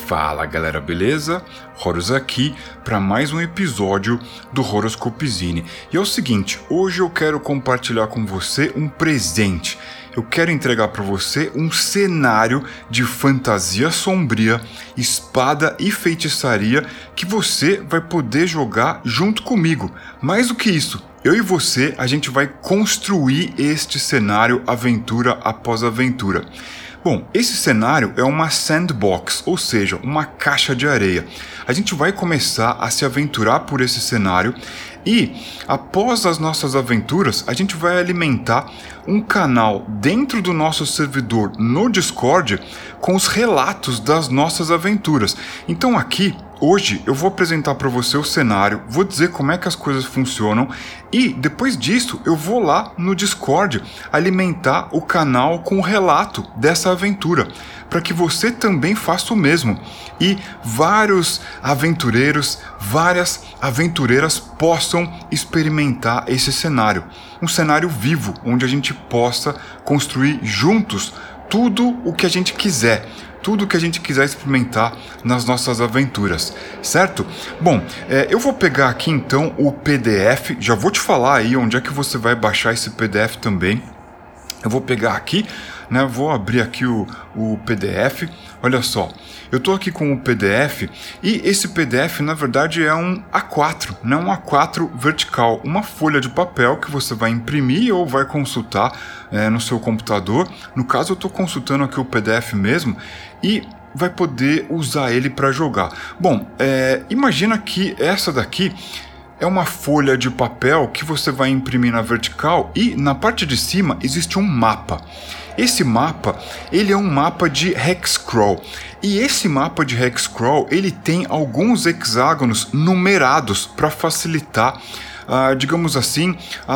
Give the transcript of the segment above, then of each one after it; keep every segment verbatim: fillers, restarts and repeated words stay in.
Fala galera, beleza? Horus aqui para mais um episódio do Horoscopezine. E é o seguinte, hoje eu quero compartilhar com você um presente. Eu quero entregar para você um cenário de fantasia sombria, espada e feitiçaria que você vai poder jogar junto comigo. Mais do que isso, eu e você, a gente vai construir este cenário aventura após aventura. Bom, esse cenário é uma sandbox, ou seja, uma caixa de areia. A gente vai começar a se aventurar por esse cenário e, após as nossas aventuras, a gente vai alimentar um canal dentro do nosso servidor no Discord com os relatos das nossas aventuras. Então aqui, hoje, eu vou apresentar para você o cenário, vou dizer como é que as coisas funcionam e, depois disso, eu vou lá no Discord alimentar o canal com o relato dessa aventura, para que você também faça o mesmo e vários aventureiros, várias aventureiras possam experimentar esse cenário. Um cenário vivo, onde a gente possa construir juntos tudo o que a gente quiser. Tudo que a gente quiser experimentar nas nossas aventuras, certo? Bom, é, eu vou pegar aqui então o P D F, já vou te falar aí onde é que você vai baixar esse P D F também. Eu vou pegar aqui, né? Vou abrir aqui o, o P D F. Olha só, eu estou aqui com o P D F e esse P D F na verdade é um A quatro, né? Um A quatro vertical, uma folha de papel que você vai imprimir ou vai consultar é, no seu computador. No caso eu estou consultando aqui o P D F mesmo e vai poder usar ele para jogar. Bom, é, imagina que essa daqui é uma folha de papel que você vai imprimir na vertical e na parte de cima existe um mapa. Esse mapa, ele é um mapa de Hexcrawl. E esse mapa de Hexcrawl, ele tem alguns hexágonos numerados para facilitar, uh, digamos assim,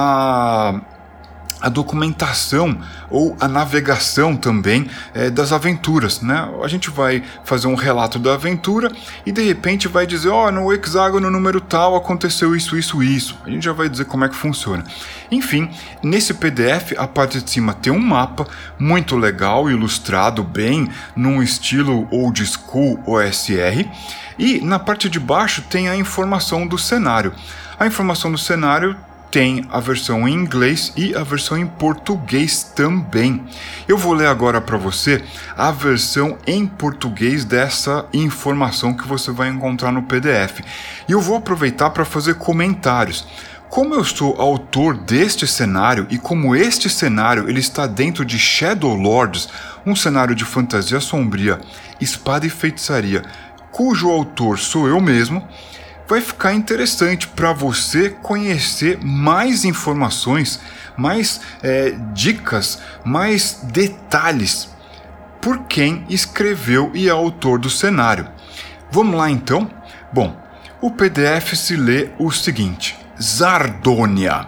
a... a documentação ou a navegação também é, das aventuras, né? A gente vai fazer um relato da aventura e de repente vai dizer, ó, oh, no hexágono número tal aconteceu isso, isso, isso. A gente já vai dizer como é que funciona. Enfim, nesse P D F, a parte de cima tem um mapa muito legal, ilustrado bem, num estilo old school O S R, e na parte de baixo tem a informação do cenário. A informação do cenário tem a versão em inglês e a versão em português também. Eu vou ler agora para você a versão em português dessa informação que você vai encontrar no P D F. E eu vou aproveitar para fazer comentários. Como eu sou autor deste cenário e como este cenário ele está dentro de Shadow Lords, um cenário de fantasia sombria, espada e feitiçaria, cujo autor sou eu mesmo, vai ficar interessante para você conhecer mais informações, mais é, dicas, mais detalhes por quem escreveu e é autor do cenário. Vamos lá então? Bom, o P D F se lê o seguinte: Zardônia.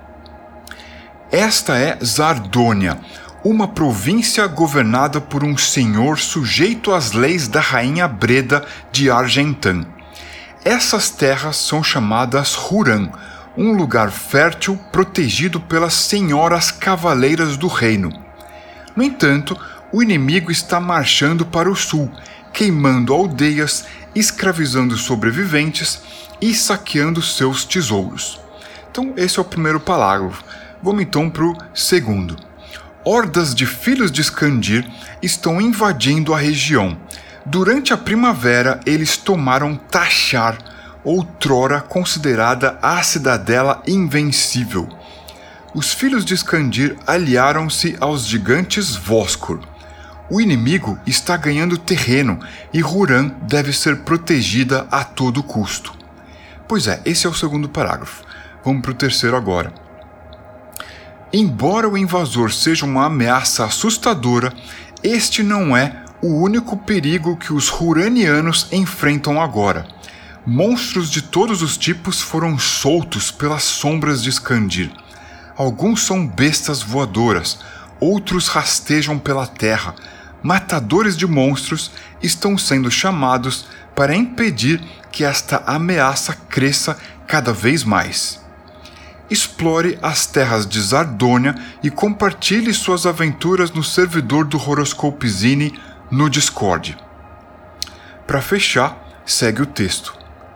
Esta é Zardônia, uma província governada por um senhor sujeito às leis da rainha Breda de Argentan. Essas terras são chamadas Huran, um lugar fértil protegido pelas senhoras cavaleiras do reino. No entanto, o inimigo está marchando para o sul, queimando aldeias, escravizando sobreviventes e saqueando seus tesouros. Então esse é o primeiro parágrafo. Vamos então para o segundo. Hordas de filhos de Skandir estão invadindo a região. Durante a primavera, eles tomaram Tashar, outrora considerada a cidadela invencível. Os filhos de Skandir aliaram-se aos gigantes Voskor. O inimigo está ganhando terreno e Huran deve ser protegida a todo custo. Pois é, esse é o segundo parágrafo. Vamos para o terceiro agora. Embora o invasor seja uma ameaça assustadora, este não é o único perigo que os Huranianos enfrentam agora. Monstros de todos os tipos foram soltos pelas sombras de Skandir. Alguns são bestas voadoras, outros rastejam pela terra. Matadores de monstros estão sendo chamados para impedir que esta ameaça cresça cada vez mais. Explore as terras de Zardônia e compartilhe suas aventuras no servidor do Horoscopezine no Discord. para fechar, segue o texto.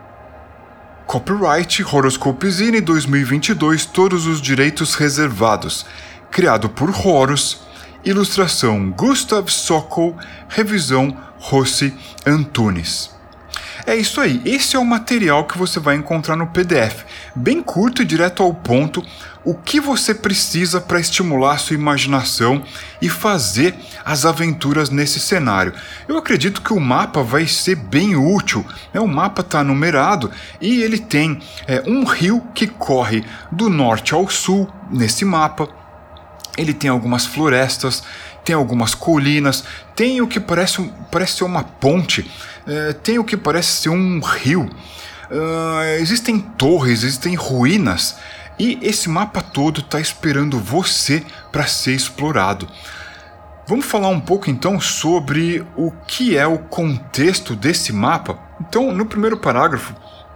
Copyright Horoscopezine dois mil e vinte e dois, todos os direitos reservados. Criado por Horus, ilustração Gustav Sokol, revisão Rossi Antunes. É isso aí, esse é o material que você vai encontrar no P D F, bem curto e direto ao ponto, o que você precisa para estimular a sua imaginação e fazer as aventuras nesse cenário. Eu acredito que o mapa vai ser bem útil, né? O mapa está numerado e ele tem é, um rio que corre do norte ao sul nesse mapa. Ele tem algumas florestas, tem algumas colinas, tem o que parece, parece ser uma ponte, é, tem o que parece ser um rio, uh, existem torres, existem ruínas, e esse mapa todo está esperando você para ser explorado. Vamos falar um pouco então sobre o que é o contexto desse mapa. Então, no primeiro parágrafo,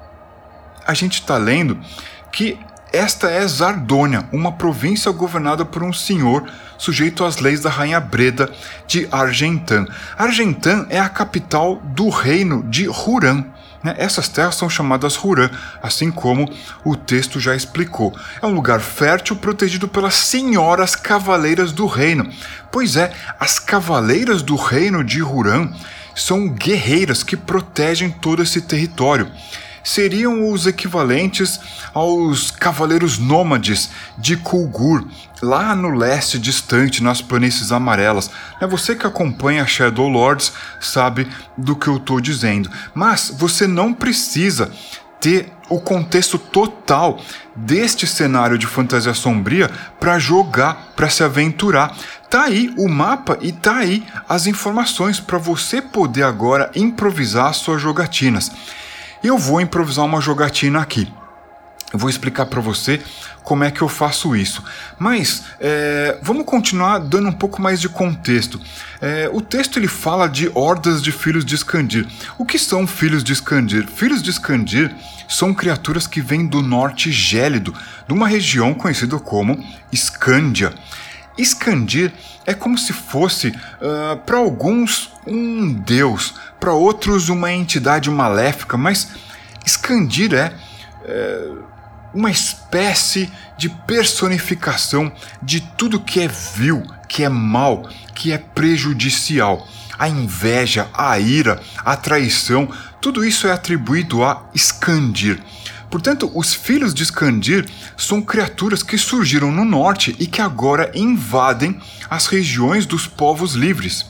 a gente está lendo que esta é Zardônia, uma província governada por um senhor sujeito às leis da rainha Breda de Argentan. Argentan é a capital do reino de Huran. Essas terras são chamadas Huran, assim como o texto já explicou. É um lugar fértil protegido pelas senhoras cavaleiras do reino. Pois é, as cavaleiras do reino de Huran são guerreiras que protegem todo esse território. Seriam os equivalentes aos cavaleiros nômades de Kulgur, lá no leste distante, nas planícies amarelas. É você que acompanha Shadow Lords sabe do que eu estou dizendo. Mas você não precisa ter o contexto total deste cenário de fantasia sombria para jogar, para se aventurar. Tá aí o mapa e tá aí as informações para você poder agora improvisar as suas jogatinas. Eu vou improvisar uma jogatina aqui. Eu vou explicar para você como é que eu faço isso. Mas é, vamos continuar dando um pouco mais de contexto. É, o texto ele fala de hordas de filhos de Skandir. O que são filhos de Skandir? Filhos de Skandir são criaturas que vêm do norte gélido, de uma região conhecida como Skândia. Skandir é como se fosse, uh, para alguns, um deus, para outros uma entidade maléfica, mas Skandir é, é uma espécie de personificação de tudo que é vil, que é mal, que é prejudicial. A inveja, a ira, a traição, tudo isso é atribuído a Skandir. Portanto, os filhos de Skandir são criaturas que surgiram no norte e que agora invadem as regiões dos povos livres.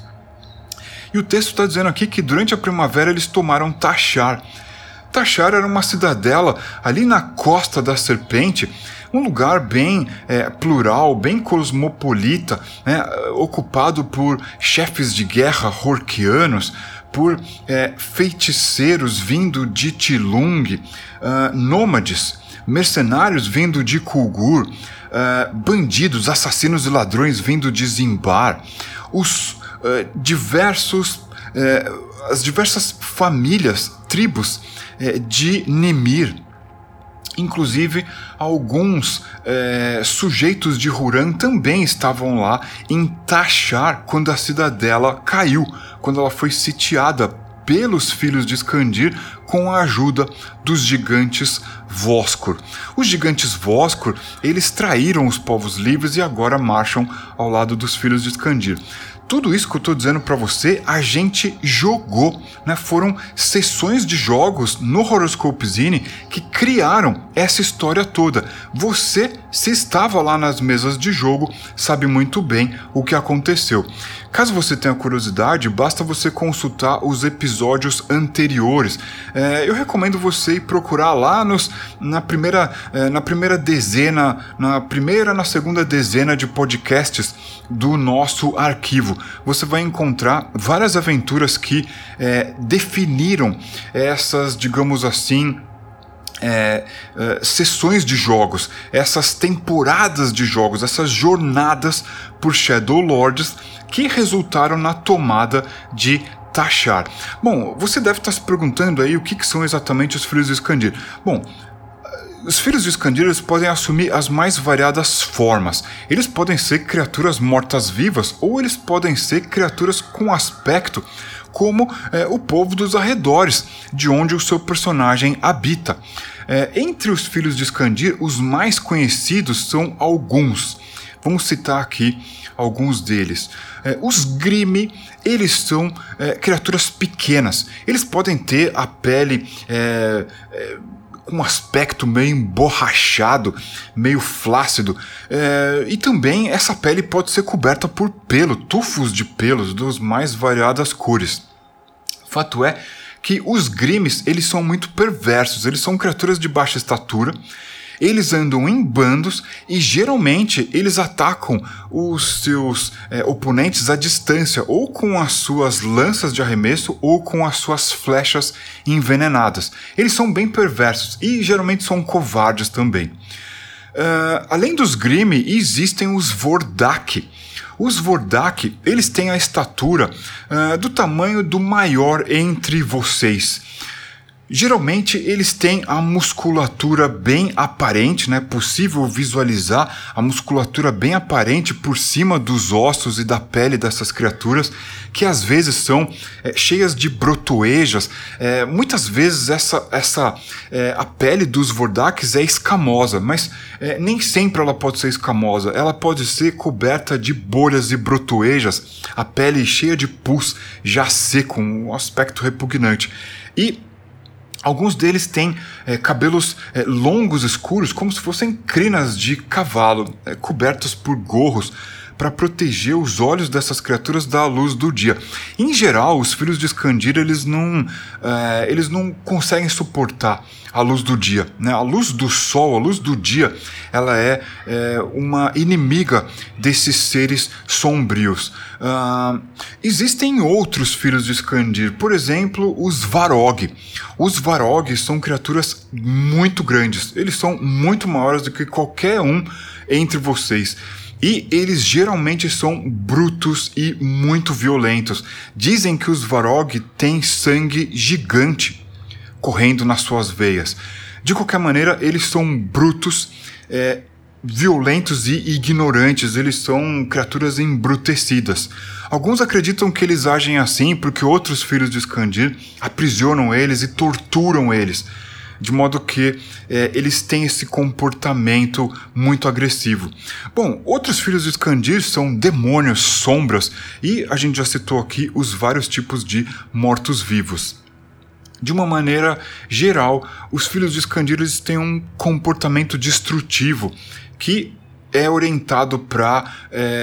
E o texto está dizendo aqui que durante a primavera eles tomaram Tashar. Tashar era uma cidadela ali na Costa da Serpente, um lugar bem é, plural, bem cosmopolita, né, ocupado por chefes de guerra horquianos, por é, feiticeiros vindo de Tilung, uh, nômades, mercenários vindo de Kulgur, uh, bandidos, assassinos e ladrões vindo de Zimbar, os uh, diversos, uh, as diversas famílias, tribos uh, de Nimir. Inclusive, alguns é, sujeitos de Huran também estavam lá em Tashar quando a cidadela caiu, quando ela foi sitiada pelos filhos de Skandir com a ajuda dos gigantes Voskor. Os gigantes Voskor, eles traíram os povos livres e agora marcham ao lado dos filhos de Skandir. Tudo isso que eu estou dizendo para você, a gente jogou, né? Foram sessões de jogos no Horoscopezine que criaram essa história toda. Você, se estava lá nas mesas de jogo, sabe muito bem o que aconteceu. Caso você tenha curiosidade, basta você consultar os episódios anteriores. É, eu recomendo você ir procurar lá nos, na, primeira, é, na primeira dezena, na primeira, na segunda dezena de podcasts do nosso arquivo. Você vai encontrar várias aventuras que é, definiram essas, digamos assim, É, é, sessões de jogos, essas temporadas de jogos, essas jornadas por Shadow Lords que resultaram na tomada de Tashar. Bom, você deve estar se perguntando aí o que, que são exatamente os filhos de Skandir. Bom, os filhos de Skandir eles podem assumir as mais variadas formas. Eles podem ser criaturas mortas-vivas ou eles podem ser criaturas com aspecto como é, o povo dos arredores, de onde o seu personagem habita. É, entre os filhos de Skandir, os mais conhecidos são alguns. Vamos citar aqui alguns deles. É, os Grimm, eles são é, criaturas pequenas. Eles podem ter a pele é, é, com um aspecto meio emborrachado, meio flácido. É, e também essa pele pode ser coberta por pelo, tufos de pelos dos mais variadas cores. Fato é que os Grimms, eles são muito perversos. Eles são criaturas de baixa estatura. Eles andam em bandos e geralmente eles atacam os seus é, oponentes à distância, ou com as suas lanças de arremesso ou com as suas flechas envenenadas. Eles são bem perversos e geralmente são covardes também. Uh, além dos Grimm, existem os Vordak. Os Vordak, eles têm a estatura uh, do tamanho do maior entre vocês. Geralmente eles têm a musculatura bem aparente, né? Possível visualizar a musculatura bem aparente por cima dos ossos e da pele dessas criaturas, que às vezes são é, cheias de brotoejas. É, muitas vezes essa, essa, é, a pele dos Vordaks é escamosa, mas é, nem sempre ela pode ser escamosa. Ela pode ser coberta de bolhas e brotoejas, a pele cheia de pus, já seco, um aspecto repugnante. E alguns deles têm é, cabelos é, longos, escuros, como se fossem crinas de cavalo, é, cobertos por gorros, para proteger os olhos dessas criaturas da luz do dia. Em geral, os filhos de Skandir, eles não, é, eles não conseguem suportar a luz do dia, né? A luz do sol, a luz do dia, ela é, é uma inimiga desses seres sombrios. Uh, existem outros filhos de Skandir, por exemplo, os Varog. Os Varog são criaturas muito grandes, eles são muito maiores do que qualquer um entre vocês. E eles geralmente são brutos e muito violentos. Dizem que os Varog têm sangue gigante correndo nas suas veias. De qualquer maneira, eles são brutos, é, violentos e ignorantes. Eles são criaturas embrutecidas. Alguns acreditam que eles agem assim porque outros filhos de Skandir aprisionam eles e torturam eles, de modo que é, eles têm esse comportamento muito agressivo. Bom, outros filhos de Skandir são demônios, sombras, e a gente já citou aqui os vários tipos de mortos-vivos. De uma maneira geral, os filhos de Skandir eles têm um comportamento destrutivo que é orientado para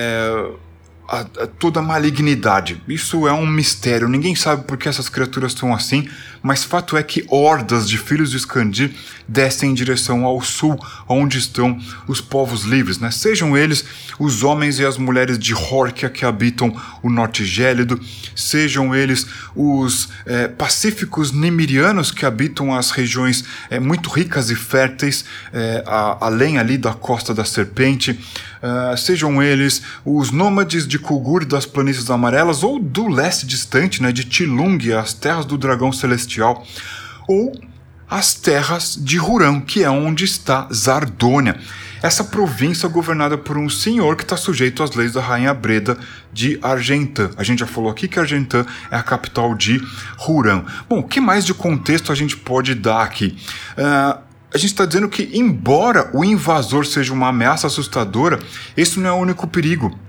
é, a, a toda a malignidade. Isso é um mistério, ninguém sabe por que essas criaturas são assim, mas fato é que hordas de filhos de Skandir descem em direção ao sul, onde estão os povos livres, né? Sejam eles os homens e as mulheres de Horkia que habitam o norte gélido, sejam eles os é, pacíficos nimirianos que habitam as regiões é, muito ricas e férteis, é, a, além ali da Costa da Serpente, uh, sejam eles os nômades de Kulgur das Planícies Amarelas, ou do leste distante, né, de Tilung, as terras do dragão celestial, ou as terras de Hurão, que é onde está Zardônia, essa província governada por um senhor que está sujeito às leis da Rainha Breda de Argentã. A gente já falou aqui que Argentã é a capital de Hurão. Bom, o que mais de contexto a gente pode dar aqui? Uh, a gente está dizendo que, embora o invasor seja uma ameaça assustadora, esse não é o único perigo.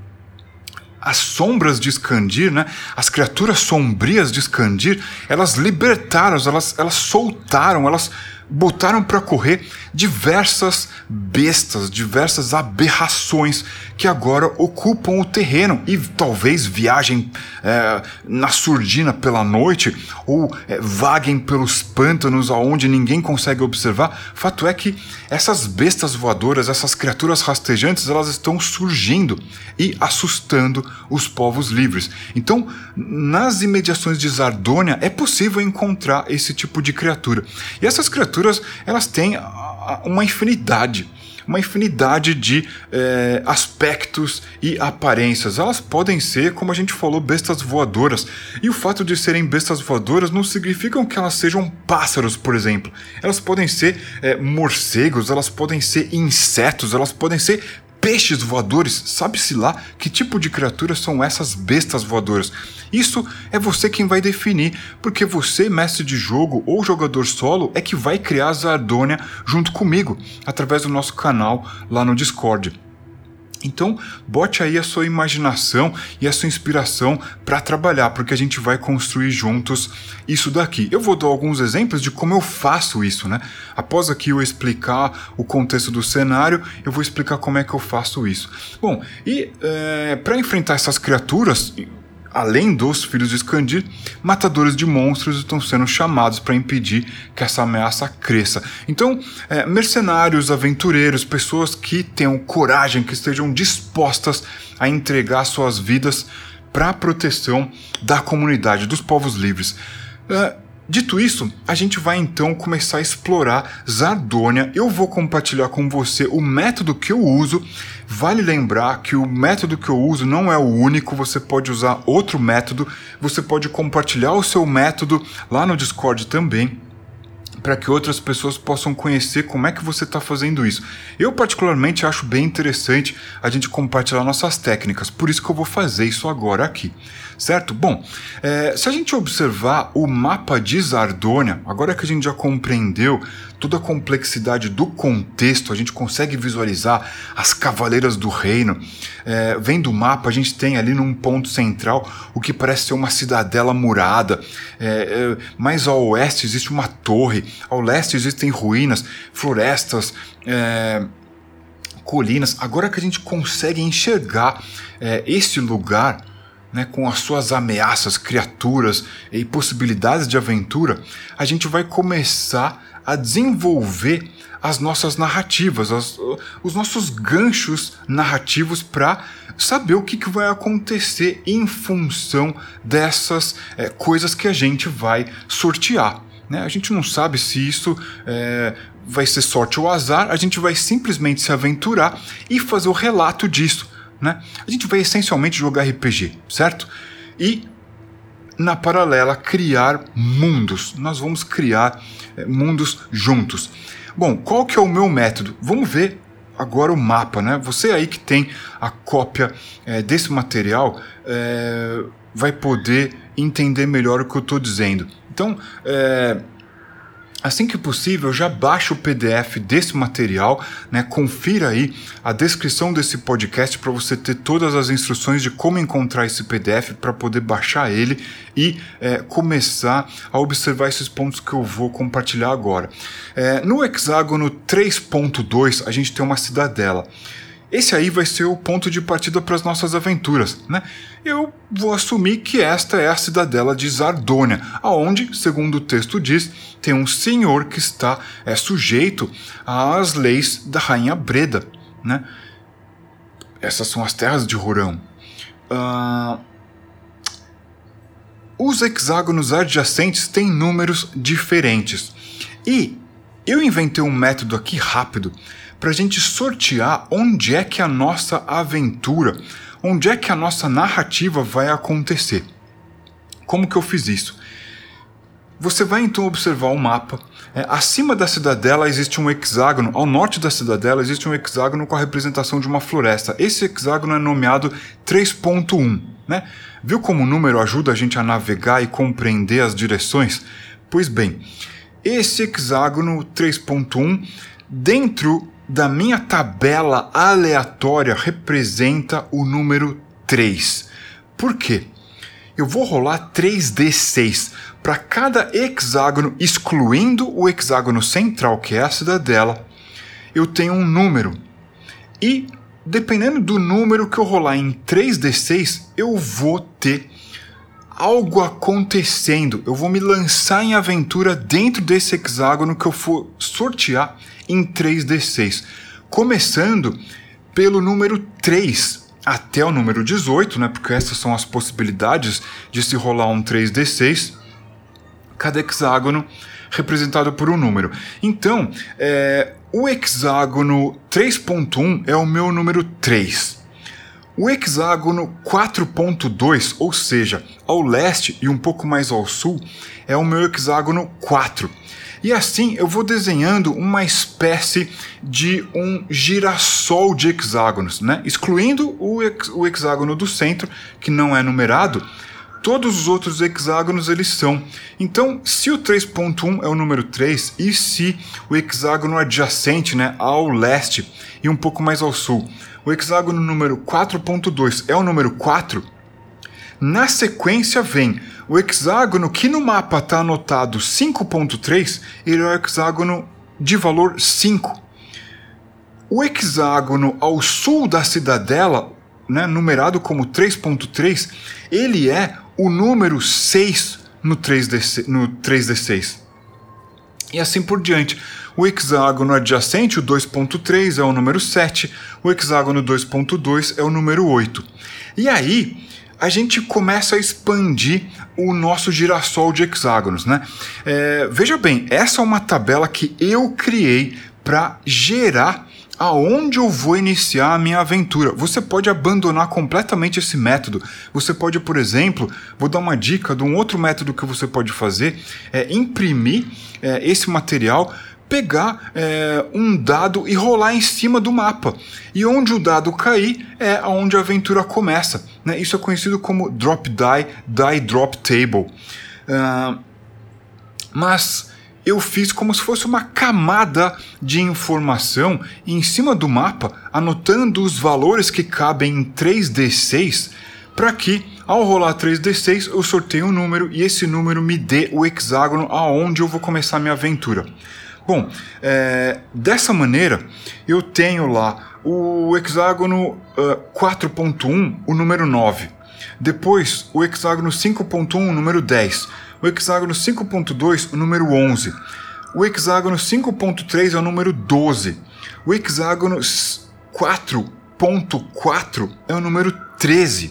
As sombras de Skandir, né, as criaturas sombrias de Skandir, elas libertaram, elas, elas soltaram, elas botaram para correr diversas bestas, diversas aberrações que agora ocupam o terreno e talvez viajem é, na surdina pela noite ou é, vaguem pelos pântanos aonde ninguém consegue observar. Fato é que essas bestas voadoras, essas criaturas rastejantes, elas estão surgindo e assustando os povos livres. Então, nas imediações de Zardônia é possível encontrar esse tipo de criatura. E essas criaturas, elas têm uma infinidade, uma infinidade de é, aspectos e aparências. Elas podem ser, como a gente falou, bestas voadoras. E o fato de serem bestas voadoras não significa que elas sejam pássaros, por exemplo. Elas podem ser é, morcegos, elas podem ser insetos, elas podem ser peixes voadores, sabe-se lá que tipo de criaturas são essas bestas voadoras. Isso é você quem vai definir, porque você, mestre de jogo ou jogador solo, é que vai criar a Zardônia junto comigo, através do nosso canal lá no Discord. Então, bote aí a sua imaginação e a sua inspiração para trabalhar, porque a gente vai construir juntos isso daqui. Eu vou dar alguns exemplos de como eu faço isso, né? Após aqui eu explicar o contexto do cenário, eu vou explicar como é que eu faço isso. Bom, e é, para enfrentar essas criaturas, além dos filhos de Skandir, matadores de monstros estão sendo chamados para impedir que essa ameaça cresça. Então, é, mercenários, aventureiros, pessoas que tenham coragem, que estejam dispostas a entregar suas vidas para a proteção da comunidade, dos povos livres. É, Dito isso, a gente vai então começar a explorar Zardônia. Eu vou compartilhar com você o método que eu uso. Vale lembrar que o método que eu uso não é o único, você pode usar outro método, você pode compartilhar o seu método lá no Discord também, para que outras pessoas possam conhecer como é que você está fazendo isso. Eu particularmente acho bem interessante a gente compartilhar nossas técnicas, por isso que eu vou fazer isso agora aqui, certo? Bom, é, se a gente observar o mapa de Zardônia, agora que a gente já compreendeu toda a complexidade do contexto, a gente consegue visualizar as cavaleiras do reino. É, vendo o mapa, a gente tem ali num ponto central o que parece ser uma cidadela murada. É, é, mais ao oeste existe uma torre, ao leste existem ruínas, florestas, é, colinas. Agora que a gente consegue enxergar é, esse lugar, né, com as suas ameaças, criaturas e possibilidades de aventura, a gente vai começar a desenvolver as nossas narrativas, as, os nossos ganchos narrativos para saber o que, que vai acontecer em função dessas é, coisas que a gente vai sortear. Né? A gente não sabe se isso é, vai ser sorte ou azar, a gente vai simplesmente se aventurar e fazer o relato disso. Né? A gente vai essencialmente jogar R P G, certo? E na paralela criar mundos. Nós vamos criar é, mundos juntos. Bom, qual que é o meu método? Vamos ver agora o mapa, né? Você aí que tem a cópia é, desse material é, vai poder entender melhor o que eu estou dizendo. Então, é, assim que possível, já baixa o P D F desse material, né? Confira aí a descrição desse podcast para você ter todas as instruções de como encontrar esse P D F para poder baixar ele e é, começar a observar esses pontos que eu vou compartilhar agora. É, no hexágono três ponto dois, a gente tem uma cidadela. Esse aí vai ser o ponto de partida para as nossas aventuras, né? Eu vou assumir que esta é a cidadela de Zardônia, aonde, segundo o texto diz, tem um senhor que está é, sujeito às leis da Rainha Breda, né? Essas são as terras de Hurão. Uh... Os hexágonos adjacentes têm números diferentes. E eu inventei um método aqui rápido para a gente sortear onde é que a nossa aventura, onde é que a nossa narrativa vai acontecer. Como que eu fiz isso? Você vai então observar o mapa. É, acima da cidadela existe um hexágono, ao norte da cidadela existe um hexágono com a representação de uma floresta. Esse hexágono é nomeado três ponto um. Né? Viu como o número ajuda a gente a navegar e compreender as direções? Pois bem, esse hexágono três ponto um, dentro da minha tabela aleatória, representa o número três. Por quê? Eu vou rolar três D seis para cada hexágono, excluindo o hexágono central, que é a cidadela. Eu tenho um número. E, dependendo do número que eu rolar em três D seis, eu vou ter algo acontecendo. Eu vou me lançar em aventura dentro desse hexágono que eu for sortear em três D seis. Começando pelo número três até o número dezoito, né? Porque essas são as possibilidades de se rolar um três D seis. Cada hexágono representado por um número. Então, é, o hexágono três ponto um é o meu número três. O hexágono quatro ponto dois, ou seja, ao leste e um pouco mais ao sul, é o meu hexágono quatro. E assim eu vou desenhando uma espécie de um girassol de hexágonos, né? Excluindo o, hex- o hexágono do centro, que não é numerado. Todos os outros hexágonos eles são. Então, se o três ponto um é o número três e se o hexágono adjacente, né, ao leste e um pouco mais ao sul, o hexágono número quatro ponto dois é o número quatro, na sequência vem o hexágono que no mapa está anotado cinco ponto três, ele é o hexágono de valor cinco. O hexágono ao sul da cidadela, né, numerado como três ponto três, ele é o número seis no três D seis. E assim por diante. O hexágono adjacente, o dois ponto três, é o número sete. O hexágono dois ponto dois é o número oito. E aí, a gente começa a expandir o nosso girassol de hexágonos, né? É, veja bem, essa é uma tabela que eu criei para gerar aonde eu vou iniciar a minha aventura. Você pode abandonar completamente esse método. Você pode, por exemplo, vou dar uma dica de um outro método que você pode fazer, é imprimir é, esse material, pegar é, um dado e rolar em cima do mapa. E onde o dado cair é onde a aventura começa, né? Isso é conhecido como Drop Die, Die Drop Table. Uh, mas eu fiz como se fosse uma camada de informação em cima do mapa, anotando os valores que cabem em três D seis, para que, ao rolar três D seis, eu sorteie um número e esse número me dê o hexágono aonde eu vou começar a minha aventura. Bom, é, dessa maneira, eu tenho lá o hexágono uh, quatro ponto um, o número nove. Depois, o hexágono cinco ponto um, o número dez. O hexágono cinco ponto dois, o número onze. O hexágono cinco ponto três é o número doze. O hexágono quatro ponto quatro é o número treze.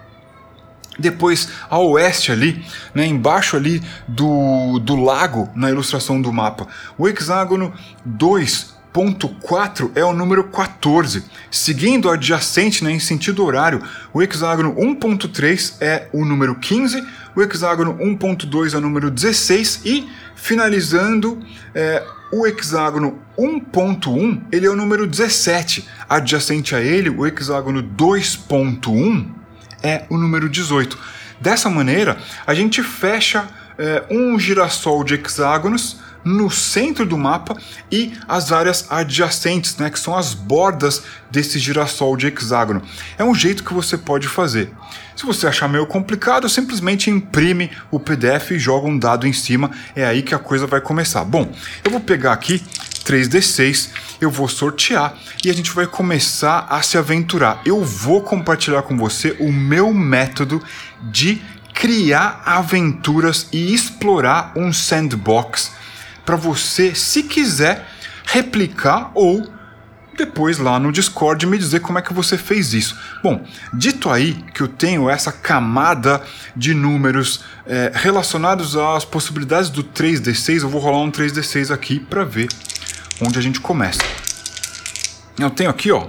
Depois, a oeste ali, né, embaixo ali do, do lago, na ilustração do mapa, o hexágono dois ponto quatro é o número quatorze. Seguindo adjacente, né, em sentido horário, o hexágono um ponto três é o número quinze, o hexágono um ponto dois é o número dezesseis e, finalizando, é, o hexágono um ponto um ele é o número dezessete. Adjacente a ele, o hexágono dois ponto um é o número dezoito. Dessa maneira, a gente fecha é, um girassol de hexágonos no centro do mapa e as áreas adjacentes, né, que são as bordas desse girassol de hexágono. É um jeito que você pode fazer. Se você achar meio complicado, simplesmente imprime o P D F e joga um dado em cima. É aí que a coisa vai começar. Bom, eu vou pegar aqui três D seis, eu vou sortear e a gente vai começar a se aventurar. Eu vou compartilhar com você o meu método de criar aventuras e explorar um sandbox para você, se quiser, replicar ou depois lá no Discord me dizer como é que você fez isso. Bom, dito aí que eu tenho essa camada de números é, relacionados às possibilidades do três D seis, eu vou rolar um três D seis aqui para ver onde a gente começa. Eu tenho aqui, ó,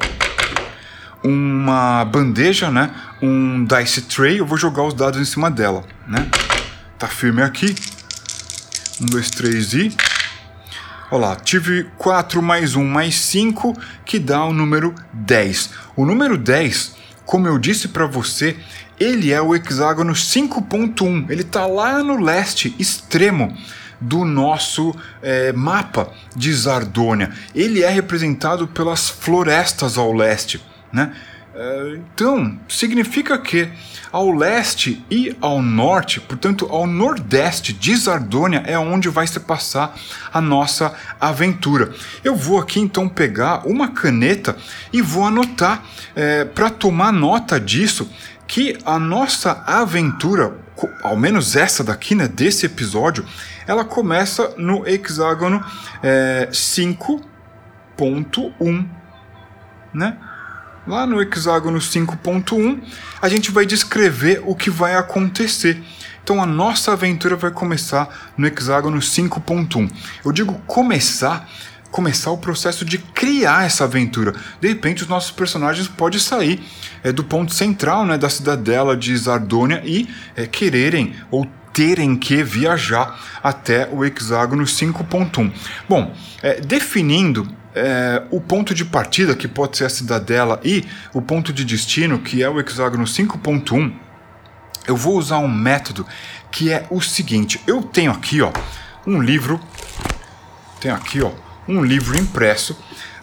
uma bandeja, né, um dice tray, eu vou jogar os dados em cima dela, né? Tá firme aqui. um, dois, três e... Olha lá, tive quatro mais um mais cinco, que dá o número dez. O número dez, como eu disse para você, ele é o hexágono cinco ponto um. Ele está lá no leste extremo do nosso é, mapa de Zardônia. Ele é representado pelas florestas ao leste, né? Então, significa que ao leste e ao norte, portanto ao nordeste de Zardônia, é onde vai se passar a nossa aventura. Eu vou aqui então pegar uma caneta e vou anotar, é, para tomar nota disso, que a nossa aventura, ao menos essa daqui, né, desse episódio, ela começa no hexágono é, cinco ponto um, né? Lá no hexágono cinco ponto um, a gente vai descrever o que vai acontecer. Então a nossa aventura vai começar no hexágono cinco ponto um. Eu digo começar, começar o processo de criar essa aventura. De repente os nossos personagens podem sair é, do ponto central, né, da cidadela de Zardônia e é, quererem ou terem que viajar até o hexágono cinco ponto um. Bom, é, definindo é, o ponto de partida, que pode ser a cidadela, e o ponto de destino, que é o hexágono cinco ponto um, eu vou usar um método que é o seguinte. Eu tenho aqui, ó, um livro, tenho aqui, ó, um livro impresso.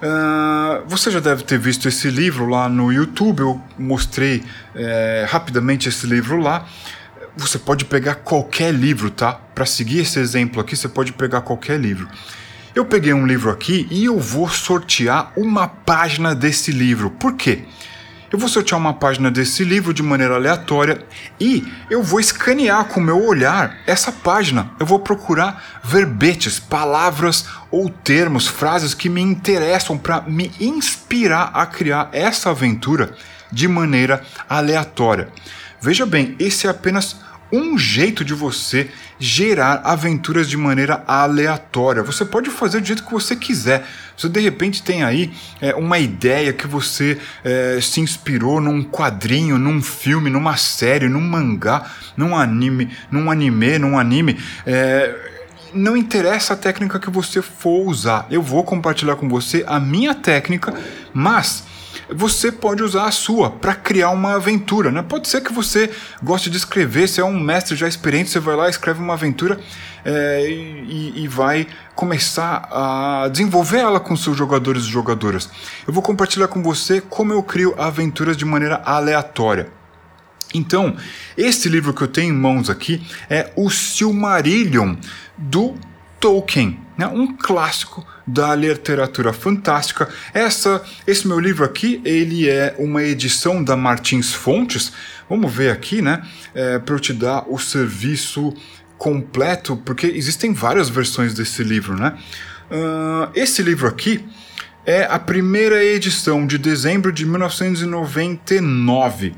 Uh, você já deve ter visto esse livro lá no YouTube. Eu mostrei é, rapidamente esse livro lá. Você pode pegar qualquer livro, tá? Para seguir esse exemplo aqui, você pode pegar qualquer livro. Eu peguei um livro aqui e eu vou sortear uma página desse livro. Por quê? Eu vou sortear uma página desse livro de maneira aleatória e eu vou escanear com o meu olhar essa página. Eu vou procurar verbetes, palavras ou termos, frases que me interessam para me inspirar a criar essa aventura de maneira aleatória. Veja bem, esse é apenas um jeito de você gerar aventuras de maneira aleatória. Você pode fazer do jeito que você quiser. Você de repente tem aí é, uma ideia que você é, se inspirou num quadrinho, num filme, numa série, num mangá, num anime, num anime, num anime. É, não interessa a técnica que você for usar. Eu vou compartilhar com você a minha técnica, mas você pode usar a sua para criar uma aventura, né? Pode ser que você goste de escrever, você é um mestre já experiente, você vai lá, escreve uma aventura é, e, e vai começar a desenvolver ela com seus jogadores e jogadoras. Eu vou compartilhar com você como eu crio aventuras de maneira aleatória. Então, esse livro que eu tenho em mãos aqui é o Silmarillion, do Tolkien, né? Um clássico da literatura fantástica. Essa, esse meu livro aqui, ele é uma edição da Martins Fontes. Vamos ver aqui, né? É, para eu te dar o serviço completo, porque existem várias versões desse livro, né? Uh, esse livro aqui é a primeira edição de dezembro de mil novecentos e noventa e nove,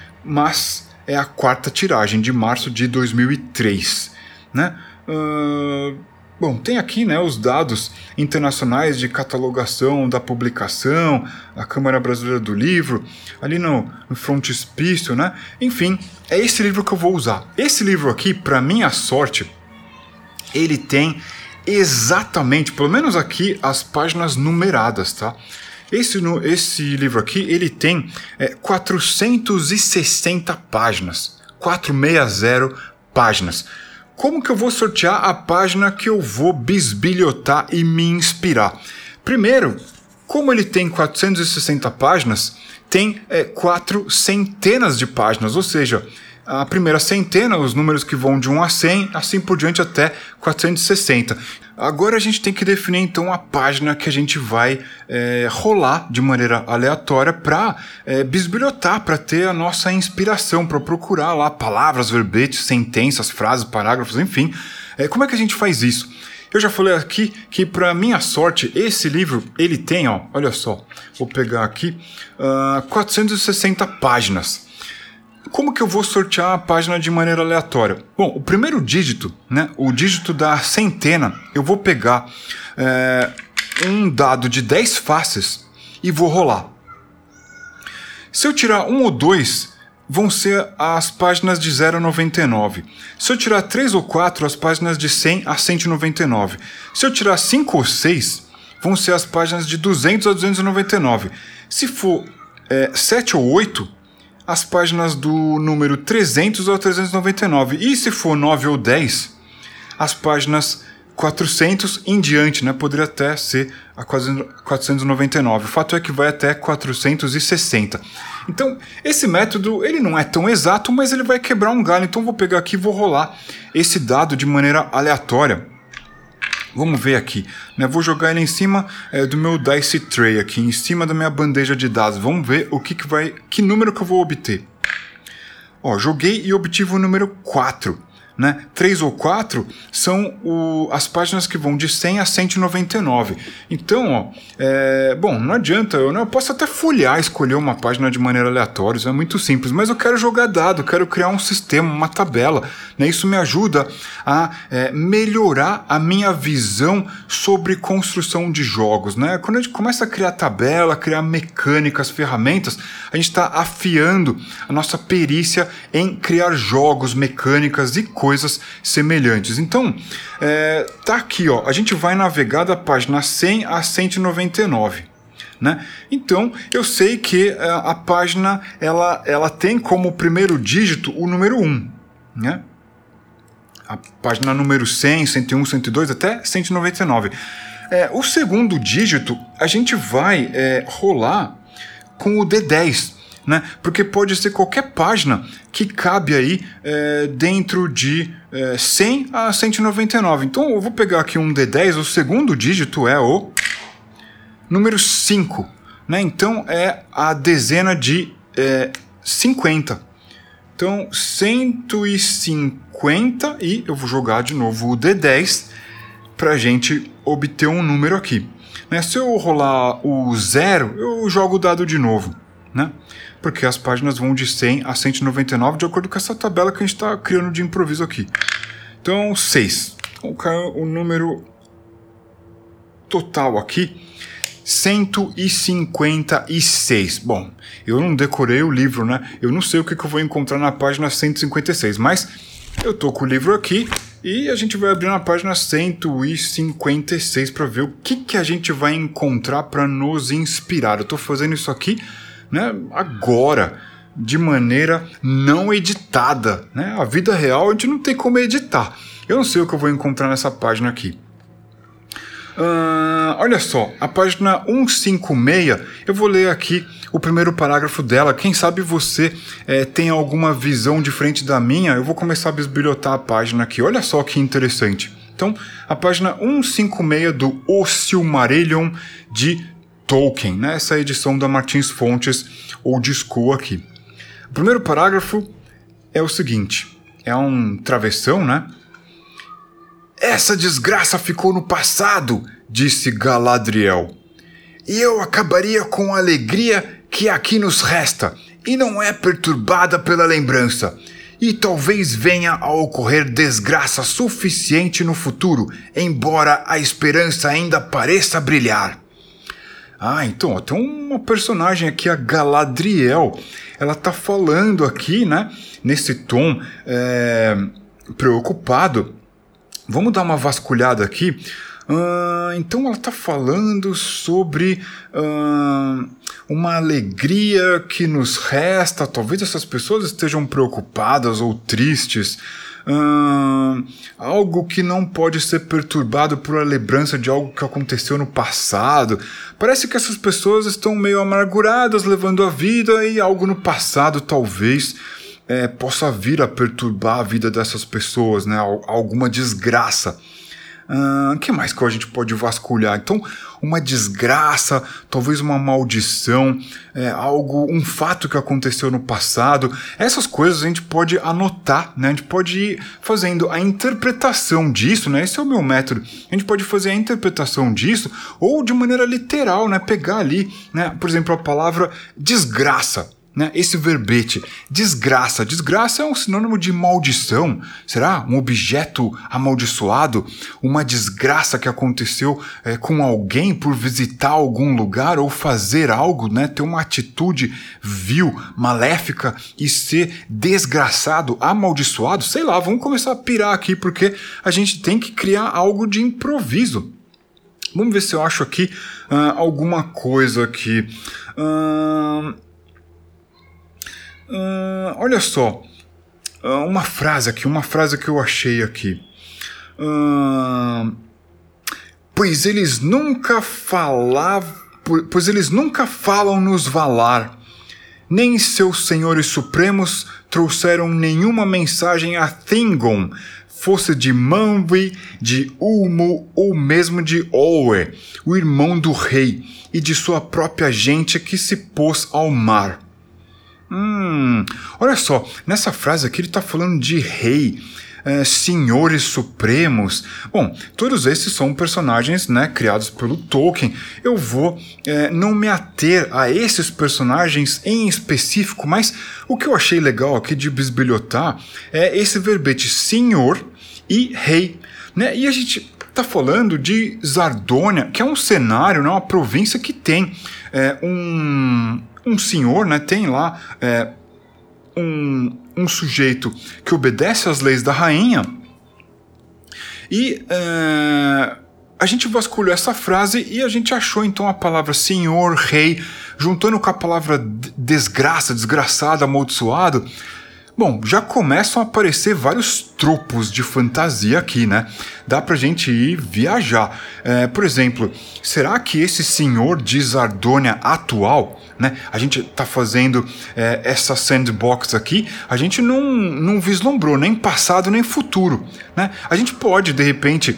mas é a quarta tiragem de março de dois mil e três, né? Uh, Bom, tem aqui, né, os dados internacionais de catalogação da publicação, a Câmara Brasileira do Livro, ali no, no frontispício, né? Enfim, é esse livro que eu vou usar. Esse livro aqui, para minha sorte, ele tem exatamente, pelo menos aqui, as páginas numeradas, tá? Esse, esse livro aqui, ele tem é, quatrocentas e sessenta páginas, quatrocentas e sessenta páginas. Como que eu vou sortear a página que eu vou bisbilhotar e me inspirar? Primeiro, como ele tem quatrocentas e sessenta páginas, tem é, quatro centenas de páginas, ou seja, a primeira centena, os números que vão de um a cem, assim por diante até quatrocentos e sessenta. Agora a gente tem que definir então a página que a gente vai é, rolar de maneira aleatória para é, bisbilhotar, para ter a nossa inspiração, para procurar lá palavras, verbetes, sentenças, frases, parágrafos, enfim. É, como é que a gente faz isso? Eu já falei aqui que, para minha sorte, esse livro, ele tem, ó, olha só, vou pegar aqui, uh, quatrocentas e sessenta páginas. Como que eu vou sortear a página de maneira aleatória? Bom, o primeiro dígito, né, o dígito da centena, eu vou pegar é, um dado de dez faces e vou rolar. Se eu tirar um ou dois, vão ser as páginas de zero a noventa e nove. Se eu tirar três ou quatro, as páginas de cem a cento e noventa e nove. Se eu tirar cinco ou seis, vão ser as páginas de duzentos a duzentos e noventa e nove. Se for é, sete ou oito, as páginas do número trezentos ao trezentos e noventa e nove. E se for nove ou dez, as páginas quatrocentos em diante, né? Poderia até ser a quatrocentos e noventa e nove. O fato é que vai até quatrocentos e sessenta. Então, esse método, ele não é tão exato, mas ele vai quebrar um galho. Então, vou pegar aqui e vou rolar esse dado de maneira aleatória. Vamos ver aqui, né? Vou jogar ele em cima é, do meu Dice Tray aqui, em cima da minha bandeja de dados. Vamos ver o que, que vai, que número que eu vou obter. Ó, joguei e obtive o número quatro. Né? três ou quatro são o, as páginas que vão de cem a cento e noventa e nove. Então, ó, é, bom, não adianta, eu, não, eu posso até folhear, escolher uma página de maneira aleatória, isso é muito simples, mas eu quero jogar dado, eu quero criar um sistema, uma tabela, né? Isso me ajuda a é, melhorar a minha visão sobre construção de jogos, né? Quando a gente começa a criar tabela, criar mecânicas, ferramentas, a gente está afiando a nossa perícia em criar jogos, mecânicas e coisas semelhantes. Então, é, tá aqui, ó, a gente vai navegar da página cem a cento e noventa e nove. Né? Então, eu sei que é, a página ela, ela tem como primeiro dígito o número um. Né? A página número cem, cento e um, cento e dois até cento e noventa e nove. É, o segundo dígito a gente vai é, rolar com o D dez, né? Porque pode ser qualquer página que cabe aí é, dentro de é, cem a cento e noventa e nove. Então eu vou pegar aqui um D dez, o segundo dígito é o número cinco, né? Então é a dezena de é, cinquenta. Então cento e cinquenta e eu vou jogar de novo o D dez para a gente obter um número aqui. Né? Se eu rolar o zero, eu jogo o dado de novo. Né? Porque as páginas vão de cem a cento e noventa e nove de acordo com essa tabela que a gente está criando de improviso aqui. Então, seis. Vou colocar o número total aqui, cento e cinquenta e seis. Bom, eu não decorei o livro, né? Eu não sei o que, que eu vou encontrar na página cento e cinquenta e seis, mas eu tô com o livro aqui e a gente vai abrir na página cento e cinquenta e seis para ver o que, que a gente vai encontrar para nos inspirar. Eu tô fazendo isso aqui, né, agora, de maneira não editada. Né? A vida real a gente não tem como editar. Eu não sei o que eu vou encontrar nessa página aqui. Uh, olha só, a página cento e cinquenta e seis, eu vou ler aqui o primeiro parágrafo dela. Quem sabe você é, tem alguma visão diferente da minha. Eu vou começar a bisbilhotar a página aqui. Olha só que interessante. Então, a página cento e cinquenta e seis do O Silmarillion de Tolkien, né? Essa edição da Martins Fontes ou Disco aqui. O primeiro parágrafo é o seguinte, é um travessão, né? Essa desgraça ficou no passado, disse Galadriel, e eu acabaria com a alegria que aqui nos resta, e não é perturbada pela lembrança, e talvez venha a ocorrer desgraça suficiente no futuro, embora a esperança ainda pareça brilhar. Ah, então, ó, tem uma personagem aqui, a Galadriel, ela tá falando aqui, né, nesse tom é, preocupado. Vamos dar uma vasculhada aqui. Uh, então ela está falando sobre uh, uma alegria que nos resta. Talvez essas pessoas estejam preocupadas ou tristes. Uh, algo que não pode ser perturbado por a lembrança de algo que aconteceu no passado. Parece que essas pessoas estão meio amarguradas levando a vida e algo no passado talvez É, possa vir a perturbar a vida dessas pessoas, né? Alguma desgraça. O uh, que mais que a gente pode vasculhar? Então, uma desgraça, talvez uma maldição, é, algo, um fato que aconteceu no passado. Essas coisas a gente pode anotar, né? A gente pode ir fazendo a interpretação disso, né? Esse é o meu método. A gente pode fazer a interpretação disso ou de maneira literal, né? Pegar ali, né? Por exemplo, a palavra desgraça. Né? Esse verbete, desgraça. Desgraça é um sinônimo de maldição. Será? Um objeto amaldiçoado? Uma desgraça que aconteceu é, com alguém por visitar algum lugar ou fazer algo, né? Ter uma atitude vil, maléfica e ser desgraçado, amaldiçoado? Sei lá, vamos começar a pirar aqui porque a gente tem que criar algo de improviso. Vamos ver se eu acho aqui uh, alguma coisa aqui. Uh... Uh, olha só, uh, uma frase aqui, uma frase que eu achei aqui. Uh, pois eles nunca falavam, pois eles nunca falam nos Valar, nem seus senhores supremos trouxeram nenhuma mensagem a Thingol, fosse de Manwë, de Ulmo ou mesmo de Olwe, o irmão do rei, e de sua própria gente que se pôs ao mar. Hum, olha só, nessa frase aqui ele está falando de rei, é, senhores supremos. Bom, todos esses são personagens, né, criados pelo Tolkien. Eu vou é, não me ater a esses personagens em específico, mas o que eu achei legal aqui de bisbilhotar é esse verbete senhor e rei, né? E a gente está falando de Zardônia, que é um cenário, né, uma província que tem é, um... um senhor, né, tem lá é, um, um sujeito que obedece às leis da rainha. E é, a gente vasculhou essa frase e a gente achou então a palavra senhor, rei, juntando com a palavra desgraça, desgraçado, amaldiçoado. Bom, já começam a aparecer vários tropos de fantasia aqui, né? Dá pra gente ir viajar. É, por exemplo, será que esse senhor de Zardônia atual, né? A gente tá fazendo é, essa sandbox aqui, a gente não, não vislumbrou nem passado nem futuro, né? A gente pode, de repente,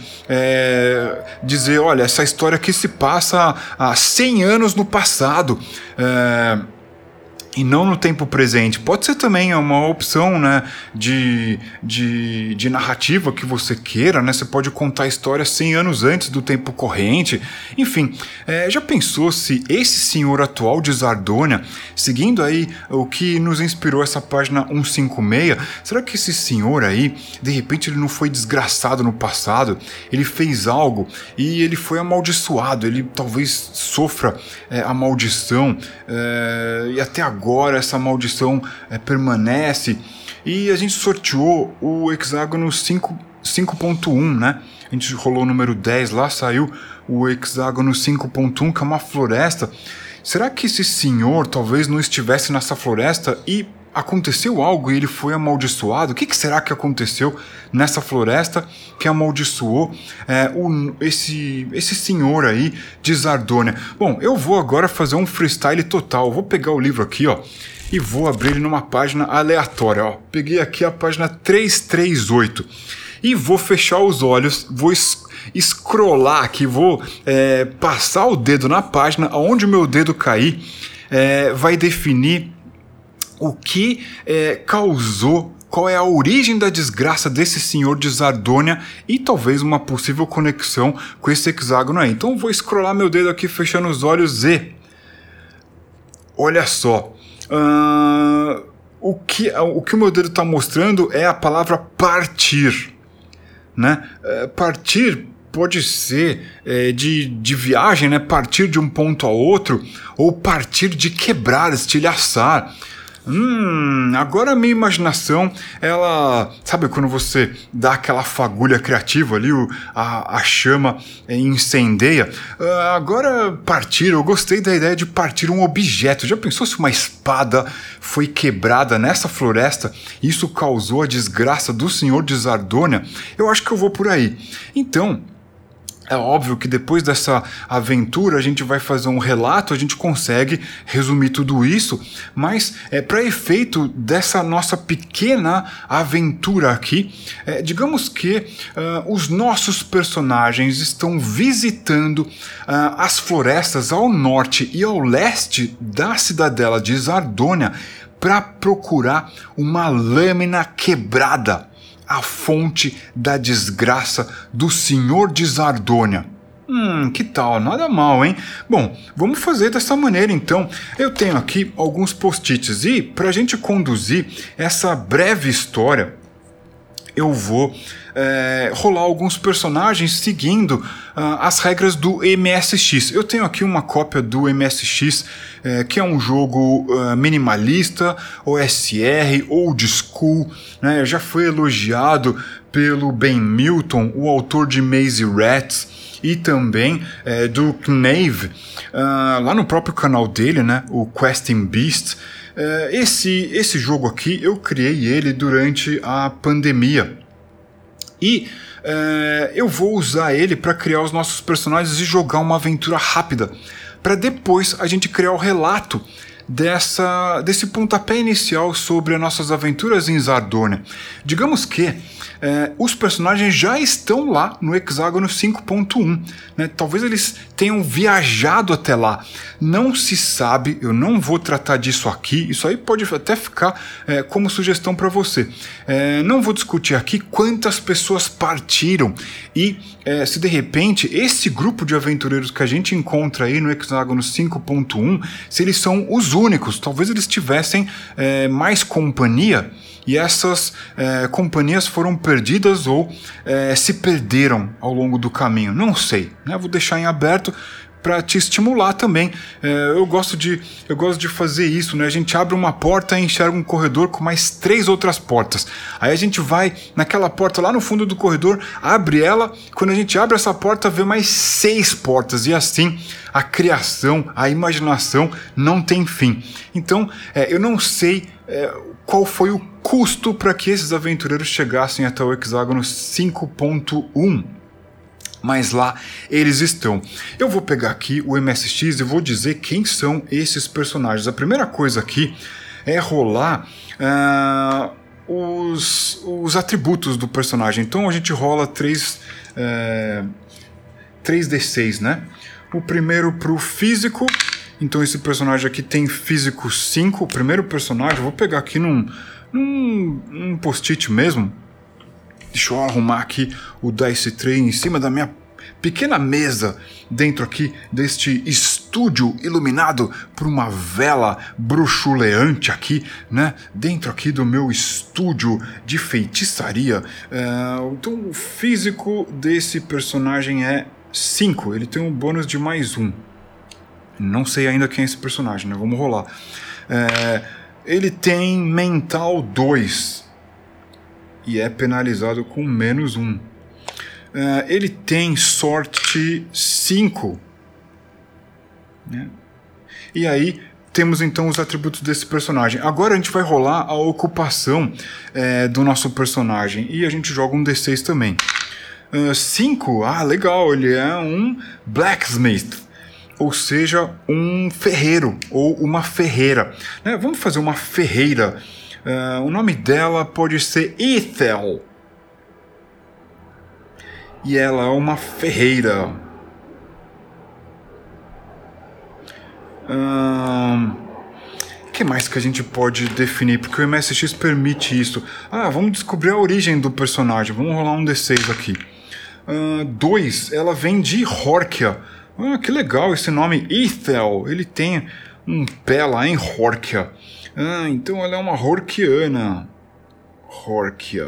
é, dizer, olha, essa história aqui se passa há cem anos no passado, é... e não no tempo presente. Pode ser também uma opção, né, de, de, de narrativa que você queira, né? Você pode contar a história cem anos antes do tempo corrente. Enfim, é, já pensou se esse senhor atual de Zardônia, seguindo aí o que nos inspirou essa página cento e cinquenta e seis, será que esse senhor aí, de repente ele não foi desgraçado no passado? Ele fez algo e ele foi amaldiçoado, ele talvez sofra é, a maldição é, e até agora Agora essa maldição é, permanece. E a gente sorteou o hexágono cinco ponto um, né? A gente rolou o número dez lá, saiu o hexágono cinco ponto um, que é uma floresta. Será que esse senhor talvez não estivesse nessa floresta e aconteceu algo e ele foi amaldiçoado? O que, que será que aconteceu nessa floresta que amaldiçoou é, o, esse, esse senhor aí de Zardônia? Bom, eu vou agora fazer um freestyle total. Vou pegar o livro aqui, ó, e vou abrir ele numa página aleatória, ó. Peguei aqui a página trezentos e trinta e oito e vou fechar os olhos, vou es scrollar aqui, vou é, passar o dedo na página, aonde o meu dedo cair é, vai definir o que é, causou, qual é a origem da desgraça desse senhor de Zardônia e talvez uma possível conexão com esse hexágono aí. Então vou scrollar meu dedo aqui fechando os olhos e... olha só, uh, o, que, o que o meu dedo está mostrando é a palavra partir, né? Uh, partir pode ser é, de, de viagem, né? Partir de um ponto a outro, ou partir de quebrar, estilhaçar. Hum, agora a minha imaginação, ela... Sabe quando você dá aquela fagulha criativa ali, o, a, a chama é, incendeia? Uh, agora partir, eu gostei da ideia de partir um objeto. Já pensou se uma espada foi quebrada nessa floresta e isso causou a desgraça do senhor de Zardônia? Eu acho que eu vou por aí. Então... é óbvio que depois dessa aventura a gente vai fazer um relato, a gente consegue resumir tudo isso, mas é, para efeito dessa nossa pequena aventura aqui, é, digamos que uh, os nossos personagens estão visitando uh, as florestas ao norte e ao leste da cidadela de Zardônia para procurar uma lâmina quebrada, a fonte da desgraça do senhor de Zardônia. Hum, que tal? Nada mal, hein? Bom, vamos fazer dessa maneira então. Eu tenho aqui alguns post-its e, para a gente conduzir essa breve história, eu vou é, rolar alguns personagens seguindo uh, as regras do M S X. Eu tenho aqui uma cópia do M S X, é, que é um jogo uh, minimalista, O S R, old school, né? Já foi elogiado pelo Ben Milton, o autor de Maze Rats, e também é, do Knave, uh, lá no próprio canal dele, né? O Questing Beast. Uh, esse, esse jogo aqui, eu criei ele durante a pandemia. E uh, eu vou usar ele para criar os nossos personagens e jogar uma aventura rápida, para depois a gente criar o relato dessa, desse pontapé inicial sobre as nossas aventuras em Zardônia. Digamos que É, os personagens já estão lá no hexágono cinco ponto um, né? Talvez eles tenham viajado até lá, não se sabe, eu não vou tratar disso aqui, isso aí pode até ficar é, como sugestão para você. É, não vou discutir aqui quantas pessoas partiram e é, se de repente esse grupo de aventureiros que a gente encontra aí no hexágono cinco ponto um, se eles são os únicos, talvez eles tivessem é, mais companhia, e essas é, companhias foram perdidas ou é, se perderam ao longo do caminho. Não sei, né? Vou deixar em aberto. para te estimular também. É, eu, gosto de, eu gosto de fazer isso, né? A gente abre uma porta e enxerga um corredor com mais três outras portas. Aí a gente vai naquela porta lá no fundo do corredor, abre ela, quando a gente abre essa porta, vê mais seis portas, e assim a criação, a imaginação não tem fim. Então, é, eu não sei é, qual foi o custo para que esses aventureiros chegassem até o hexágono cinco ponto um. Mas lá eles estão. Eu vou pegar aqui o M S X e vou dizer quem são esses personagens. A primeira coisa aqui é rolar uh, os, os atributos do personagem. Então a gente rola três D seis, né? O primeiro para o físico. Então esse personagem aqui tem físico cinco. O primeiro personagem, eu vou pegar aqui num, num, num post-it mesmo. Deixa eu arrumar aqui o Dice Tray em cima da minha pequena mesa, dentro aqui deste estúdio iluminado por uma vela bruxuleante aqui, né? Dentro aqui do meu estúdio de feitiçaria. É, então o físico desse personagem é cinco, ele tem um bônus de mais um. Não sei ainda quem é esse personagem, né? Vamos rolar. É, ele tem mental dois. E é penalizado com menos um. Uh, ele tem sorte cinco. Né? E aí temos então os atributos desse personagem. Agora a gente vai rolar a ocupação é, do nosso personagem. E a gente joga um D seis também. cinco, uh, ah, legal, ele é um blacksmith. Ou seja, um ferreiro ou uma ferreira. Né? Vamos fazer uma ferreira. Uh, o nome dela pode ser Ethel. E ela é uma ferreira. O uh, que mais que a gente pode definir? Porque o M S X permite isso. Ah, vamos descobrir a origem do personagem. Vamos rolar um D seis aqui. dois, uh, ela vem de Horkia. Ah, que legal esse nome, Ethel. Ele tem um pé lá em Horkia. Ah, então ela é uma Horkiana. Horkia.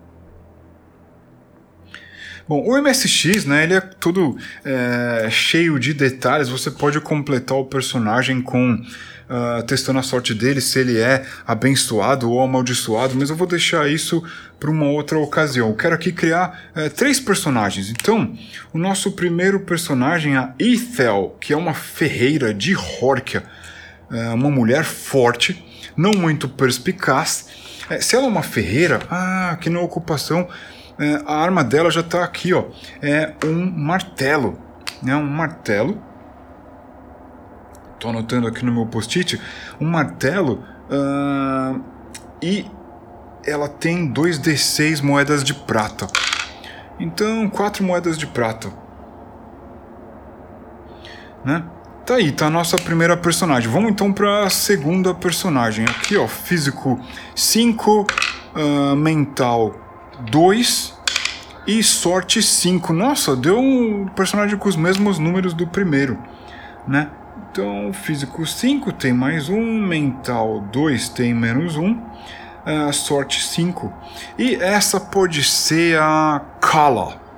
Bom, o M S X, né, ele é todo é, cheio de detalhes. Você pode completar o personagem com uh, testando a sorte dele, se ele é abençoado ou amaldiçoado, mas eu vou deixar isso para uma outra ocasião. Eu quero aqui criar é, três personagens. Então, o nosso primeiro personagem é a Ethel, que é uma ferreira de Horkia, é uma mulher forte, não muito perspicaz. É, se ela é uma ferreira, ah, aqui na ocupação, é, a arma dela já está aqui, ó, é um martelo, né, um martelo. Estou anotando aqui no meu post-it, um martelo, uh, e ela tem dois D seis moedas de prata. Então, quatro moedas de prata, né? Tá aí, tá a nossa primeira personagem. Vamos então para a segunda personagem. Aqui, ó, físico cinco, uh, mental dois e sorte cinco. Nossa, deu um personagem com os mesmos números do primeiro, né? Então, físico cinco tem mais um, mental dois tem menos um, uh, sorte cinco. E essa pode ser a Kala.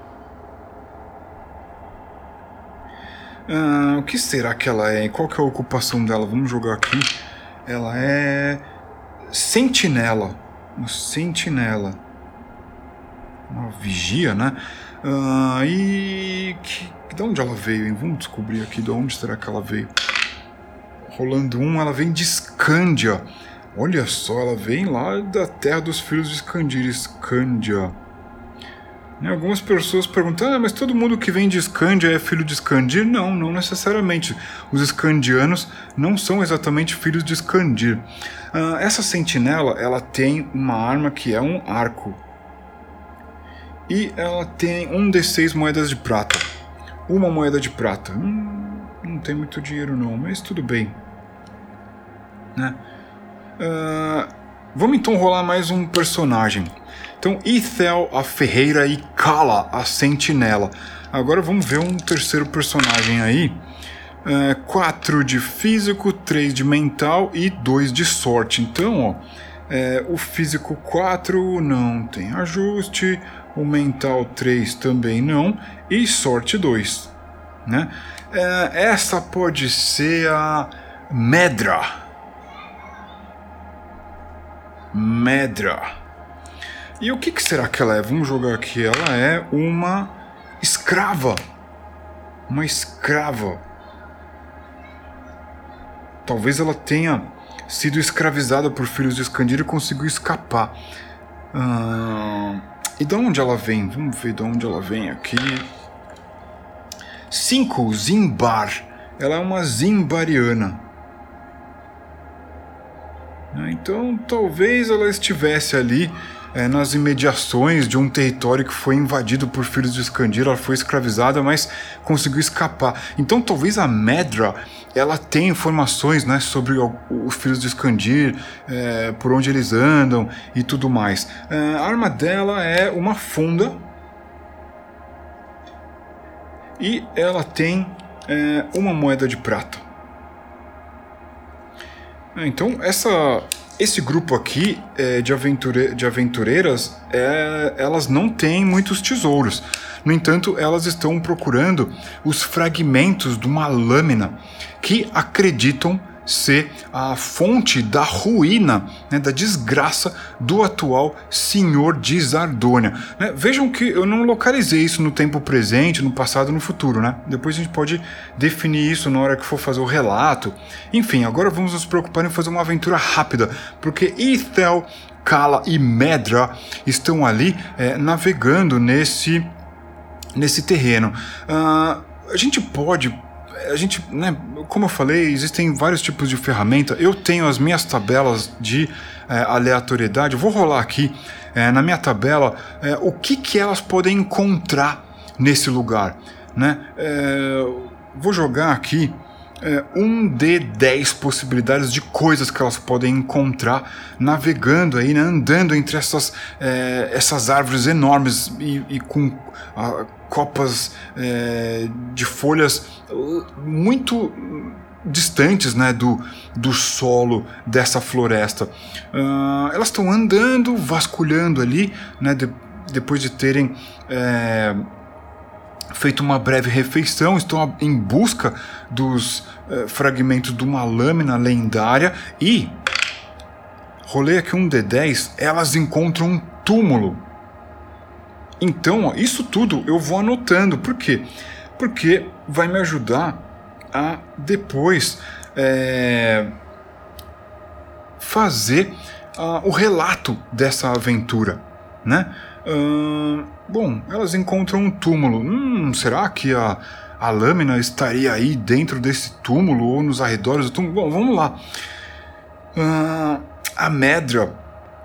Uh, o que será que ela é? Qual que é a ocupação dela? Vamos jogar aqui. Ela é sentinela. Uma sentinela. Uma vigia, né? Uh, e... Que, de onde ela veio, hein? Vamos descobrir aqui de onde será que ela veio. Rolando um, ela vem de Scândia. Olha só, ela vem lá da terra dos filhos de Scandir. Scândia. Algumas pessoas perguntam, ah, mas todo mundo que vem de Scândia é filho de Scandir? Não, não necessariamente. Os Scandianos não são exatamente filhos de Scandir. Uh, essa sentinela, ela tem uma arma que é um arco. E ela tem um D seis moedas de prata. Uma moeda de prata. Hum, não tem muito dinheiro não, mas tudo bem. Né? Uh, vamos então rolar mais um personagem. Então, Ethel, a ferreira, e Kala, a sentinela. Agora vamos ver um terceiro personagem aí. É, quatro de físico, três de mental e dois de sorte. Então, ó, é, o físico quatro não tem ajuste, o mental três também não, e sorte dois. Né? É, essa pode ser a Medra. Medra. E o que, que será que ela é? Vamos jogar aqui. Ela é uma escrava. Uma escrava. Talvez ela tenha sido escravizada por filhos de Escandir e conseguiu escapar. Ah, e de onde ela vem? Vamos ver de onde ela vem aqui. cinco. Zimbar. Ela é uma zimbariana. Então talvez ela estivesse ali é, nas imediações de um território que foi invadido por filhos de Escandir. Ela foi escravizada, mas conseguiu escapar. Então talvez a Medra ela tenha informações, né, sobre os filhos de Escandir, é, por onde eles andam e tudo mais. É, a arma dela é uma funda e ela tem é, uma moeda de prata. Então, essa, esse grupo aqui é, de, aventure, de aventureiras, é, elas não têm muitos tesouros. No entanto, elas estão procurando os fragmentos de uma lâmina que acreditam ser a fonte da ruína, né, da desgraça do atual senhor de Zardônia. Né, vejam que eu não localizei isso no tempo presente, no passado e no futuro. Né? Depois a gente pode definir isso na hora que for fazer o relato. Enfim, agora vamos nos preocupar em fazer uma aventura rápida, porque Ithel, Kala e Medra estão ali é, navegando nesse, nesse terreno. Uh, a gente pode... A gente, né, como eu falei, existem vários tipos de ferramenta. Eu tenho as minhas tabelas de é, aleatoriedade. Eu vou rolar aqui é, na minha tabela é, o que, que elas podem encontrar nesse lugar. Né? É, vou jogar aqui é, um D dez possibilidades de coisas que elas podem encontrar navegando aí, né, andando entre essas, é, essas árvores enormes e, e com a, copas é, de folhas muito distantes, né, do, do solo dessa floresta. Uh, elas estão andando, vasculhando ali, né, de, depois de terem é, feito uma breve refeição, estão em busca dos é, fragmentos de uma lâmina lendária e, rolei aqui um D dez, elas encontram um túmulo. Então, ó, isso tudo eu vou anotando. Por quê? Porque vai me ajudar a depois é, fazer uh, o relato dessa aventura, né? Uh, bom, elas encontram um túmulo. Hum, será que a, a lâmina estaria aí dentro desse túmulo ou nos arredores do túmulo? Bom, vamos lá. Uh, a Medra,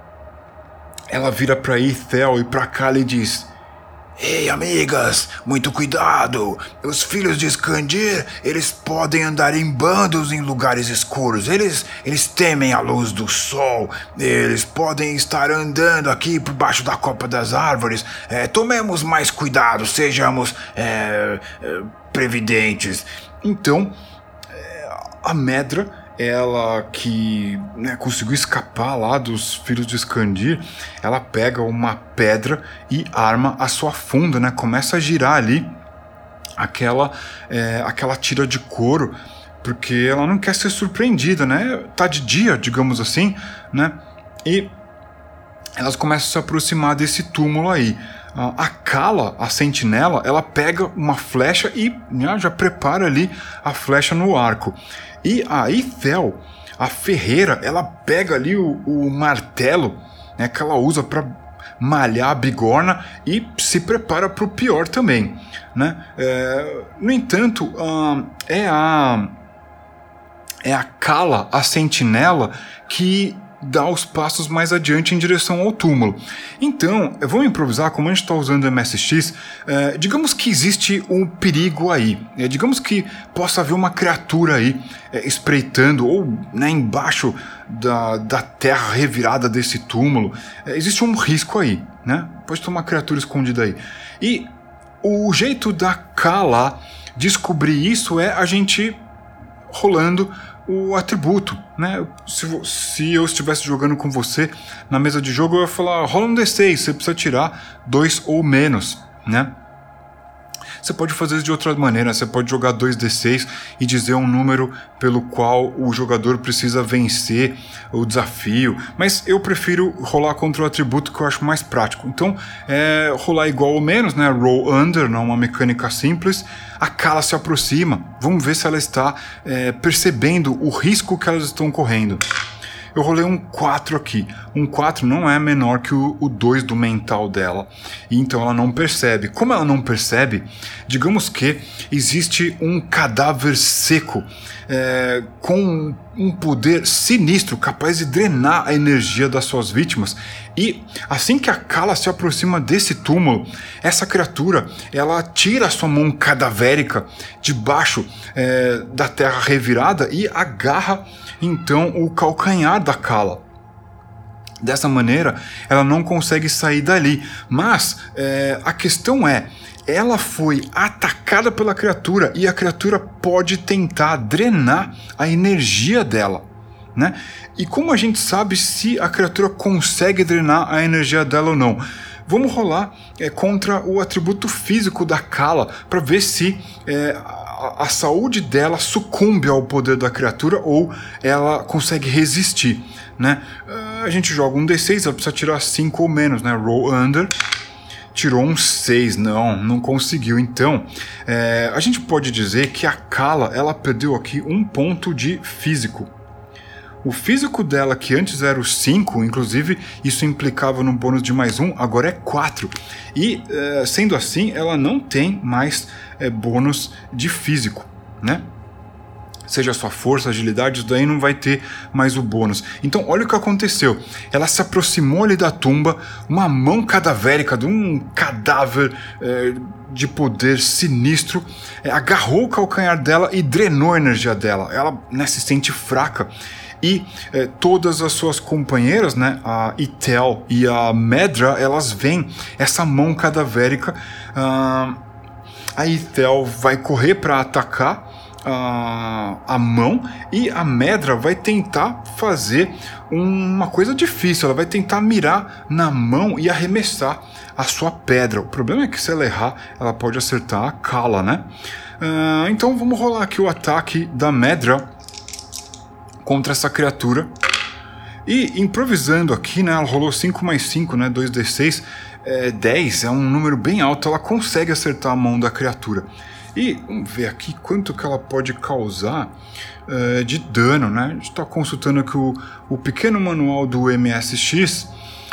ela vira para Ithel e para Kala e diz: Ei, amigas, muito cuidado! Os filhos de Escandir, eles podem andar em bandos em lugares escuros. Eles, eles temem a luz do sol. Eles podem estar andando aqui por baixo da copa das árvores. É, tomemos mais cuidado, sejamos é, é, previdentes. Então, é, a Medra, ela que, né, conseguiu escapar lá dos filhos de Escandir, ela pega uma pedra e arma a sua funda, né, começa a girar ali aquela, é, aquela tira de couro, porque ela não quer ser surpreendida, né, tá de dia, digamos assim, né, e elas começam a se aproximar desse túmulo aí. A Kala, a sentinela, ela pega uma flecha e, né, já prepara ali a flecha no arco. E a Ithel, a ferreira, ela pega ali o, o martelo, né, que ela usa para malhar a bigorna e se prepara para o pior também. Né? É, no entanto, uh, é a, é a Kala, a sentinela, que dá os passos mais adiante em direção ao túmulo. Então, vamos improvisar, como a gente está usando M S X, é, digamos que existe um perigo aí, é, digamos que possa haver uma criatura aí é, espreitando, ou, né, embaixo da, da terra revirada desse túmulo, é, existe um risco aí, né? Pode ter uma criatura escondida aí. E o jeito da Kala descobrir isso é a gente rolando o atributo, né? Se, se eu estivesse jogando com você na mesa de jogo, eu ia falar, rola um D seis, você precisa tirar dois ou menos, né? Você pode fazer isso de outra maneira, você pode jogar dois D seis e dizer um número pelo qual o jogador precisa vencer o desafio, mas eu prefiro rolar contra o atributo que eu acho mais prático. Então, é, rolar igual ou menos, né? Roll under, não, uma mecânica simples. A Kala se aproxima, vamos ver se ela está é, percebendo o risco que elas estão correndo. Eu rolei um quatro aqui. Um quatro não é menor que o, o dois do mental dela. E então ela não percebe. Como ela não percebe, digamos que existe um cadáver seco é, com um poder sinistro capaz de drenar a energia das suas vítimas. E assim que a Kala se aproxima desse túmulo, essa criatura ela tira a sua mão cadavérica debaixo é, da terra revirada e agarra então o calcanhar da Kala. Dessa maneira, ela não consegue sair dali. Mas é, a questão é, ela foi atacada pela criatura e a criatura pode tentar drenar a energia dela, né? E como a gente sabe se a criatura consegue drenar a energia dela ou não? Vamos rolar é, contra o atributo físico da Kala para ver se é, a, a saúde dela sucumbe ao poder da criatura ou ela consegue resistir, né? A gente joga um D seis, ela precisa tirar cinco ou menos, né? Roll under. Tirou um seis, não, não conseguiu. Então, é, a gente pode dizer que a Kala ela perdeu aqui um ponto de físico. O físico dela, que antes era o cinco, inclusive isso implicava no bônus de mais um, agora é quatro. E, é, sendo assim, ela não tem mais é, bônus de físico, né? Seja sua força, agilidade, isso daí não vai ter mais o bônus. Então, olha o que aconteceu. Ela se aproximou ali da tumba, uma mão cadavérica de um cadáver é, de poder sinistro, é, agarrou o calcanhar dela e drenou a energia dela. Ela, né, se sente fraca. E eh, todas as suas companheiras, né, a Ithel e a Medra, elas veem essa mão cadavérica. Uh, a Ithel vai correr para atacar uh, a mão e a Medra vai tentar fazer uma coisa difícil. Ela vai tentar mirar na mão e arremessar a sua pedra. O problema é que se ela errar, ela pode acertar a Kala, né? Uh, então vamos rolar aqui o ataque da Medra contra essa criatura. E improvisando aqui, né, ela rolou cinco mais cinco, né, dois D seis, é, dez, é um número bem alto, ela consegue acertar a mão da criatura. E vamos ver aqui quanto que ela pode causar é, de dano, né? A gente está consultando aqui o, o pequeno manual do M S X.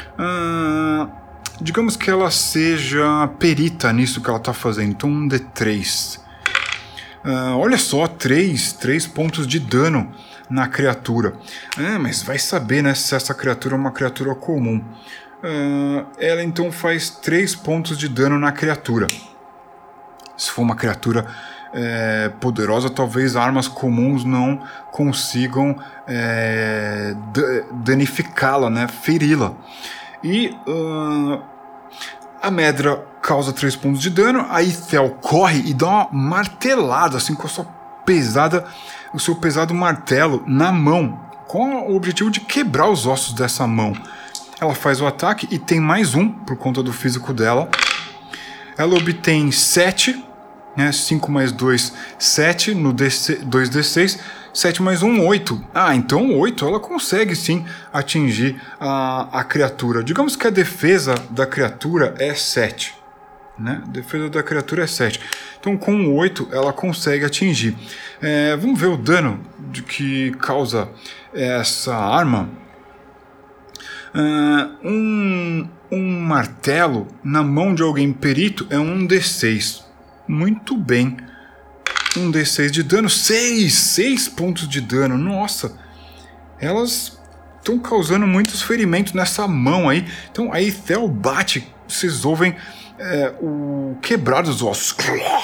Ah, digamos que ela seja perita nisso que ela está fazendo, então um D três. Ah, olha só, três pontos de dano na criatura. Ah, mas vai saber, né, se essa criatura é uma criatura comum. Uh, ela então faz três pontos de dano na criatura. Se for uma criatura é, poderosa, talvez armas comuns não consigam é, danificá-la, né, feri-la. E uh, a Medra causa três pontos de dano. A Ithel corre e dá uma martelada assim com a sua pesada o seu pesado martelo na mão, com o objetivo de quebrar os ossos dessa mão. Ela faz o ataque e tem mais um, por conta do físico dela. Ela obtém sete, né, cinco mais dois, sete no dois D seis, sete mais um, oito. Ah, então oito ela consegue sim atingir a, a criatura. Digamos que a defesa da criatura é sete. Né? A defesa da criatura é sete. Então com oito ela consegue atingir. É, vamos ver o dano de que causa essa arma. Uh, um, um martelo na mão de alguém perito é um D seis. Muito bem. Um D seis de dano. seis! seis pontos de dano. Nossa! Elas estão causando muitos ferimentos nessa mão aí. Então a Ithel bate. Vocês ouvem É, o quebrar dos ossos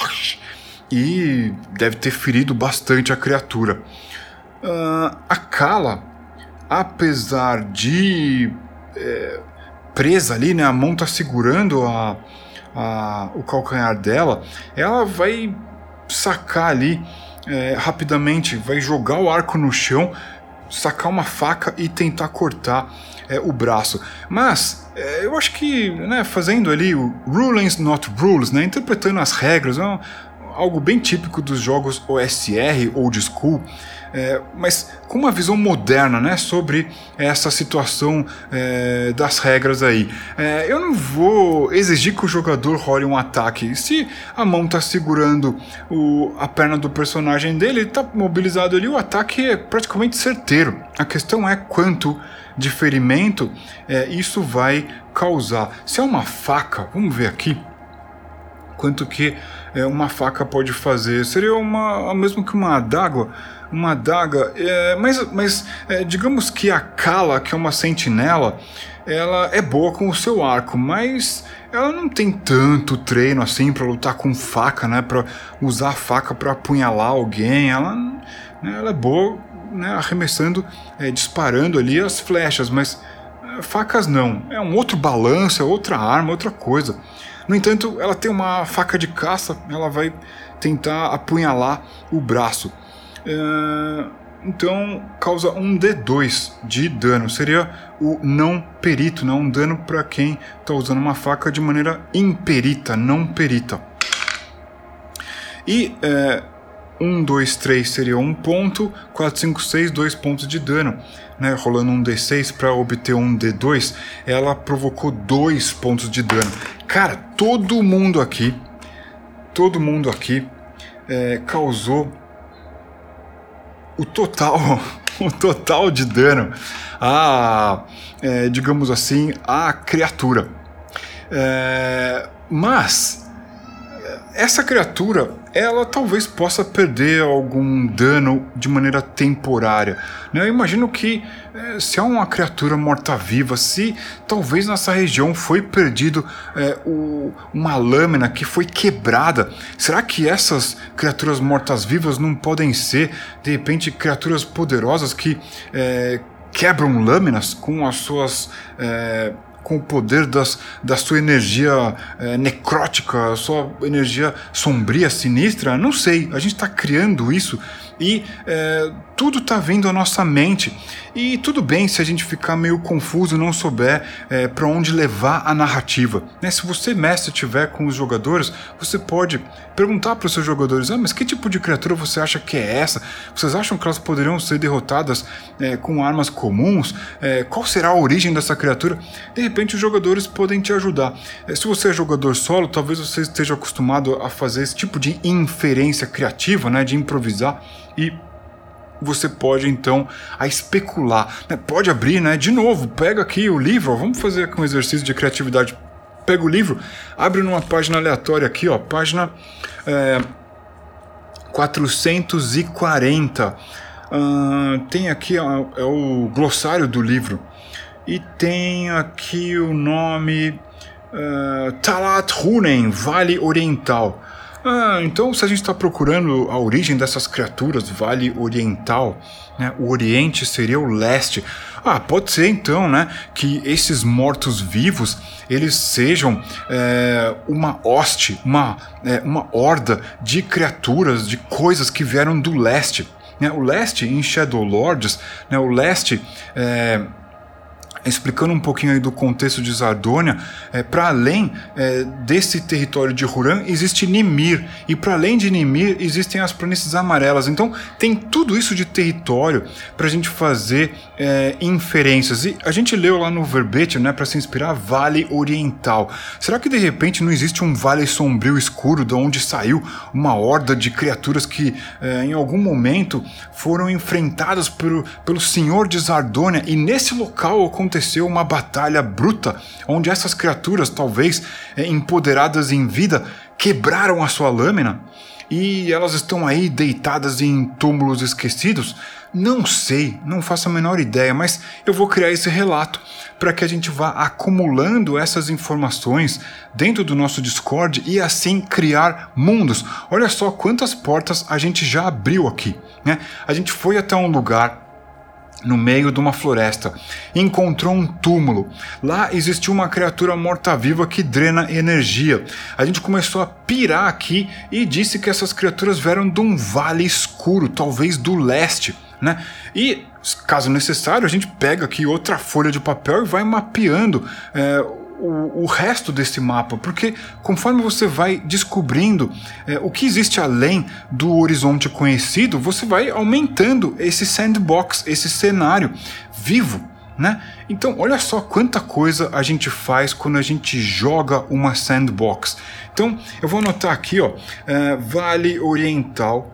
e deve ter ferido bastante a criatura. Uh, a Kala, apesar de é, presa ali, né, a mão tá segurando a, a, o calcanhar dela, ela vai sacar ali é, rapidamente, vai jogar o arco no chão, sacar uma faca e tentar cortar é, o braço. Mas é, eu acho que, né, fazendo ali o rulings not rules, né, interpretando as regras, é algo bem típico dos jogos O S R, old school, é, mas com uma visão moderna, né, sobre essa situação é, das regras aí. É, eu não vou exigir que o jogador role um ataque. Se a mão está segurando o, a perna do personagem dele, ele está mobilizado ali, o ataque é praticamente certeiro. A questão é quanto de ferimento é, isso vai causar. Se é uma faca, vamos ver aqui quanto que é, uma faca pode fazer. Seria uma, mesmo que uma adaga, uma adaga, é, mas, mas é, digamos que a Kala, que é uma sentinela, ela é boa com o seu arco, mas ela não tem tanto treino assim para lutar com faca, né, para usar a faca para apunhalar alguém. Ela, né, ela é boa, né, arremessando, é, disparando ali as flechas, mas é, facas não. É um outro balanço, é outra arma, outra coisa. No entanto, ela tem uma faca de caça, ela vai tentar apunhalar o braço. É, então, causa um D dois de dano. Seria o não perito, né? Um dano para quem está usando uma faca de maneira imperita, não perita. E é, um, dois, três seria um ponto, quatro, cinco, seis, dois pontos de dano. Né, rolando um D seis para obter um D dois, ela provocou dois pontos de dano. Cara, todo mundo aqui, todo mundo aqui é, causou o total, o total de dano a, é, digamos assim, a criatura. É, mas essa criatura, ela talvez possa perder algum dano de maneira temporária. Né? Eu imagino que é, se é uma criatura morta-viva, se talvez nessa região foi perdido é, o, uma lâmina que foi quebrada, será que essas criaturas mortas-vivas não podem ser, de repente, criaturas poderosas que é, quebram lâminas com as suas... É, com o poder das, da sua energia é, necrótica, a sua energia sombria, sinistra? Não sei, a gente está criando isso e é, tudo está vindo à nossa mente. E tudo bem se a gente ficar meio confuso e não souber é, para onde levar a narrativa. Né? Se você, mestre, estiver com os jogadores, você pode perguntar para os seus jogadores: ah, mas que tipo de criatura você acha que é essa? Vocês acham que elas poderiam ser derrotadas é, com armas comuns? É, qual será a origem dessa criatura? De repente os jogadores podem te ajudar. É, se você é jogador solo, talvez você esteja acostumado a fazer esse tipo de inferência criativa, né, de improvisar, e você pode então a especular, né? Pode abrir, né? De novo, pega aqui o livro, ó, vamos fazer aqui um exercício de criatividade. Pega o livro, abre numa página aleatória aqui, ó, página é, quatrocentos e quarenta. Uh, tem aqui ó, é o glossário do livro e tem aqui o nome uh, Talat Hunen, Vale Oriental. Ah, então se a gente está procurando a origem dessas criaturas, Vale Oriental, né, o Oriente seria o leste. Ah, pode ser então, né, que esses mortos-vivos eles sejam é, uma hoste, uma, é, uma horda de criaturas, de coisas que vieram do leste. Né? O leste em Shadow Lords, né, o leste... É, explicando um pouquinho aí do contexto de Zardônia, é, para além é, desse território de Huran existe Nimir, e para além de Nimir existem as planícies amarelas. Então tem tudo isso de território para a gente fazer é, inferências. E a gente leu lá no verbete, né, para se inspirar, Vale Oriental. Será que de repente não existe um vale sombrio escuro de onde saiu uma horda de criaturas que é, em algum momento foram enfrentadas pelo, pelo Senhor de Zardônia, e nesse local aconteceu aconteceu uma batalha bruta, onde essas criaturas, talvez é, empoderadas em vida, quebraram a sua lâmina e elas estão aí deitadas em túmulos esquecidos? Não sei, não faço a menor ideia, mas eu vou criar esse relato para que a gente vá acumulando essas informações dentro do nosso Discord e assim criar mundos. Olha só quantas portas a gente já abriu aqui, né? A gente foi até um lugar no meio de uma floresta, encontrou um túmulo. Lá existiu uma criatura morta-viva que drena energia. A gente começou a pirar aqui e disse que essas criaturas vieram de um vale escuro, talvez do leste, né? E caso necessário, a gente pega aqui outra folha de papel e vai mapeando é, o, o resto desse mapa, porque conforme você vai descobrindo é, o que existe além do horizonte conhecido, você vai aumentando esse sandbox, esse cenário vivo, né? Então, olha só quanta coisa a gente faz quando a gente joga uma sandbox. Então, eu vou anotar aqui, ó, é, Vale Oriental,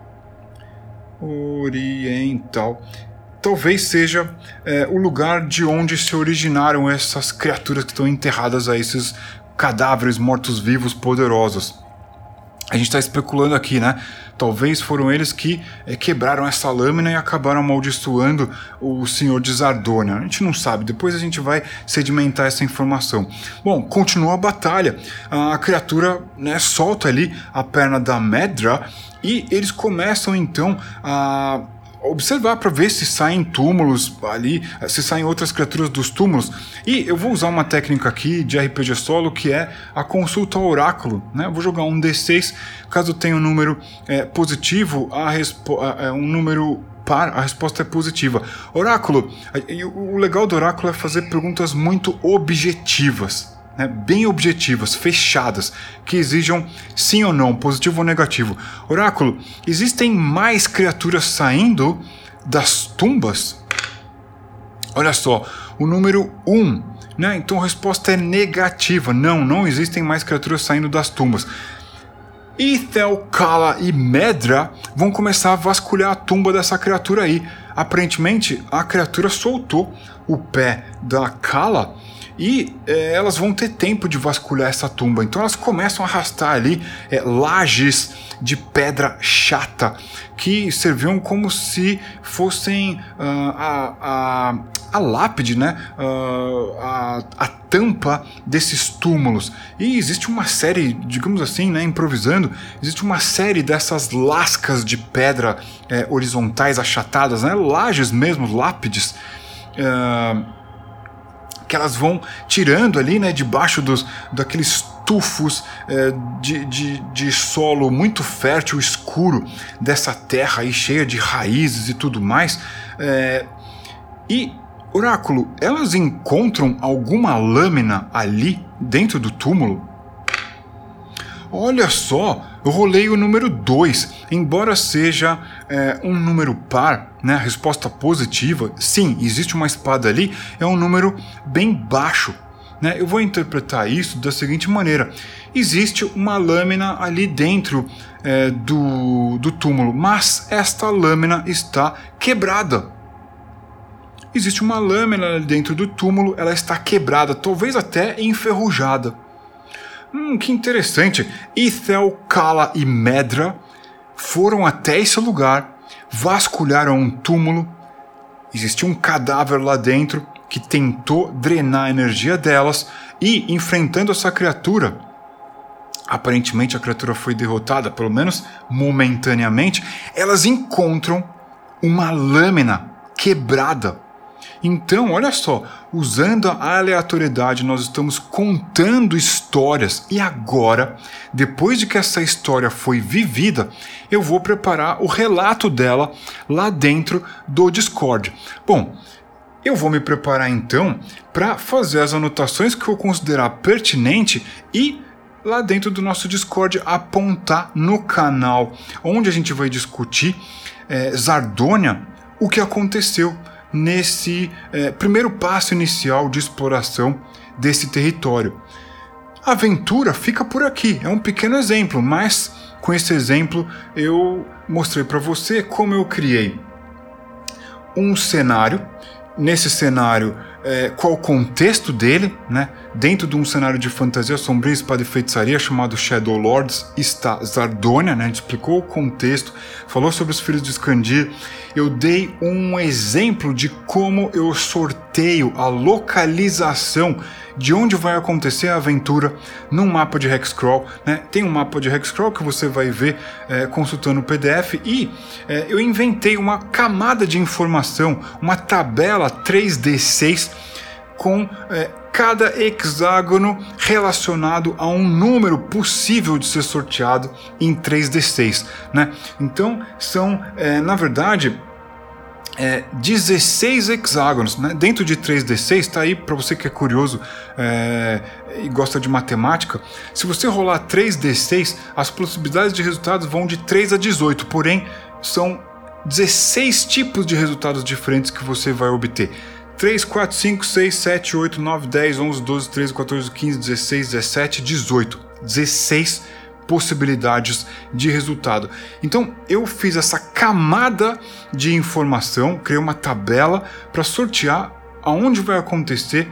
Oriental, talvez seja é, o lugar de onde se originaram essas criaturas que estão enterradas aí, esses cadáveres mortos-vivos poderosos. A gente está especulando aqui, né? Talvez foram eles que é, quebraram essa lâmina e acabaram amaldiçoando o senhor de Zardonia. A gente não sabe, depois a gente vai sedimentar essa informação. Bom, continua a batalha. A criatura, né, solta ali a perna da Medra e eles começam então a observar para ver se saem túmulos ali, se saem outras criaturas dos túmulos. E eu vou usar uma técnica aqui de R P G solo que é a consulta ao oráculo, né? Eu vou jogar um D seis, caso tenha um número é, positivo, a respo- a, um número par, a resposta é positiva. Oráculo, e o legal do oráculo é fazer perguntas muito objetivas, né, bem objetivas, fechadas, que exijam sim ou não, positivo ou negativo. Oráculo, existem mais criaturas saindo das tumbas? Olha só, o número um, né? Então a resposta é negativa. Não, não existem mais criaturas saindo das tumbas. Ithel, Kala e Medra vão começar a vasculhar a tumba dessa criatura aí. Aparentemente, a criatura soltou o pé da Kala e é, elas vão ter tempo de vasculhar essa tumba. Então elas começam a arrastar ali é, lajes de pedra chata que serviam como se fossem uh, a, a, a lápide, né? Uh, a, a tampa desses túmulos. E existe uma série, digamos assim, né, improvisando, existe uma série dessas lascas de pedra é, horizontais achatadas, né? Lajes mesmo, lápides, uh, que elas vão tirando ali, né, debaixo dos, daqueles tufos é, de, de, de solo muito fértil, escuro, dessa terra aí cheia de raízes e tudo mais. É, e, Oráculo, elas encontram alguma lâmina ali dentro do túmulo? Olha só, eu rolei o número dois, embora seja é, um número par, né, resposta positiva, sim, existe uma espada ali, é um número bem baixo, né, eu vou interpretar isso da seguinte maneira: existe uma lâmina ali dentro é, do, do túmulo, mas esta lâmina está quebrada. Existe uma lâmina ali dentro do túmulo, ela está quebrada, talvez até enferrujada. Hum, que interessante. Ithel, Kala e Medra foram até esse lugar, vasculharam um túmulo. Existia um cadáver lá dentro que tentou drenar a energia delas e, enfrentando essa criatura, aparentemente a criatura foi derrotada, pelo menos momentaneamente, elas encontram uma lâmina quebrada. Então, olha só, usando a aleatoriedade, nós estamos contando histórias e agora, depois de que essa história foi vivida, eu vou preparar o relato dela lá dentro do Discord. Bom, eu vou me preparar então para fazer as anotações que eu considerar pertinente e lá dentro do nosso Discord apontar no canal, onde a gente vai discutir é, Zardonia, o que aconteceu nesse é, primeiro passo inicial de exploração desse território. A aventura fica por aqui, é um pequeno exemplo, mas com esse exemplo eu mostrei para você como eu criei um cenário. Nesse cenário, é, qual o contexto dele, né? Dentro de um cenário de fantasia sombria, espada e feitiçaria chamado Shadow Lords está Zardonia, né? A gente explicou o contexto, falou sobre os filhos de Skandir. Eu dei um exemplo de como eu sorteio a localização de onde vai acontecer a aventura num mapa de Hexcrawl, né? Tem um mapa de Hexcrawl que você vai ver é, consultando o P D F e é, eu inventei uma camada de informação, uma tabela três D seis com é, cada hexágono relacionado a um número possível de ser sorteado em três D seis, né? Então são, é, na verdade, É, dezesseis hexágonos, né? Dentro de três D seis, tá aí para você que é curioso é, e gosta de matemática. Se você rolar três D seis, as possibilidades de resultados vão de três a dezoito, porém são dezesseis tipos de resultados diferentes que você vai obter. três, quatro, cinco, seis, sete, oito, nove, dez, onze, doze, treze, quatorze, quinze, dezesseis, dezessete, dezoito. dezesseis possibilidades de resultado. Então eu fiz essa camada de informação, criei uma tabela para sortear aonde vai acontecer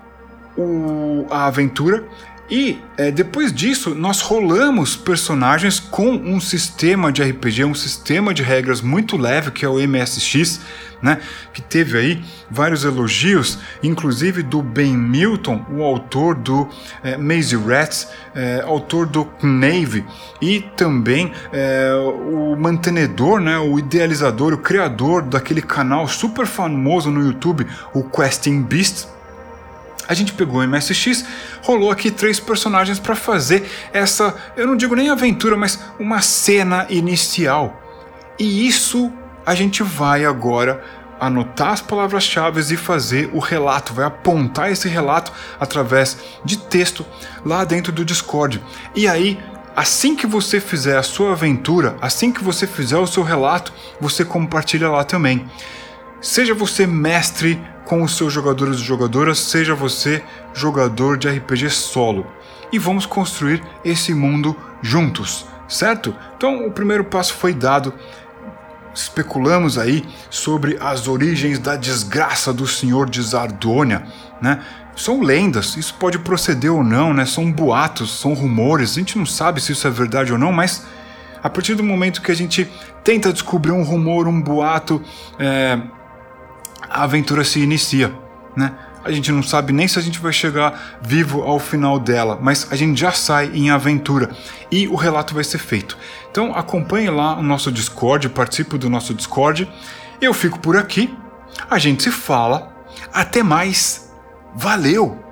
o, a aventura. E é, depois disso nós rolamos personagens com um sistema de R P G, um sistema de regras muito leve, que é o M S X, né, que teve aí vários elogios, inclusive do Ben Milton, o autor do é, Maze Rats, é, autor do Knave, e também é, o mantenedor, né, o idealizador, o criador daquele canal super famoso no YouTube, o Questing Beast. A gente pegou o M S X, rolou aqui três personagens para fazer essa, eu não digo nem aventura, mas uma cena inicial. E isso a gente vai agora anotar as palavras-chave e fazer o relato, vai apontar esse relato através de texto lá dentro do Discord. E aí, assim que você fizer a sua aventura, assim que você fizer o seu relato, você compartilha lá também. Seja você mestre com os seus jogadores e jogadoras, seja você jogador de R P G solo. E vamos construir esse mundo juntos, certo? Então o primeiro passo foi dado. Especulamos aí sobre as origens da desgraça do Senhor de Zardônia, né? São lendas, isso pode proceder ou não, né? São boatos, são rumores, a gente não sabe se isso é verdade ou não, mas a partir do momento que a gente tenta descobrir um rumor, um boato, é, a aventura se inicia, né? A gente não sabe nem se a gente vai chegar vivo ao final dela, mas a gente já sai em aventura e o relato vai ser feito. Então acompanhe lá o nosso Discord, participe do nosso Discord. Eu fico por aqui, a gente se fala, até mais, valeu!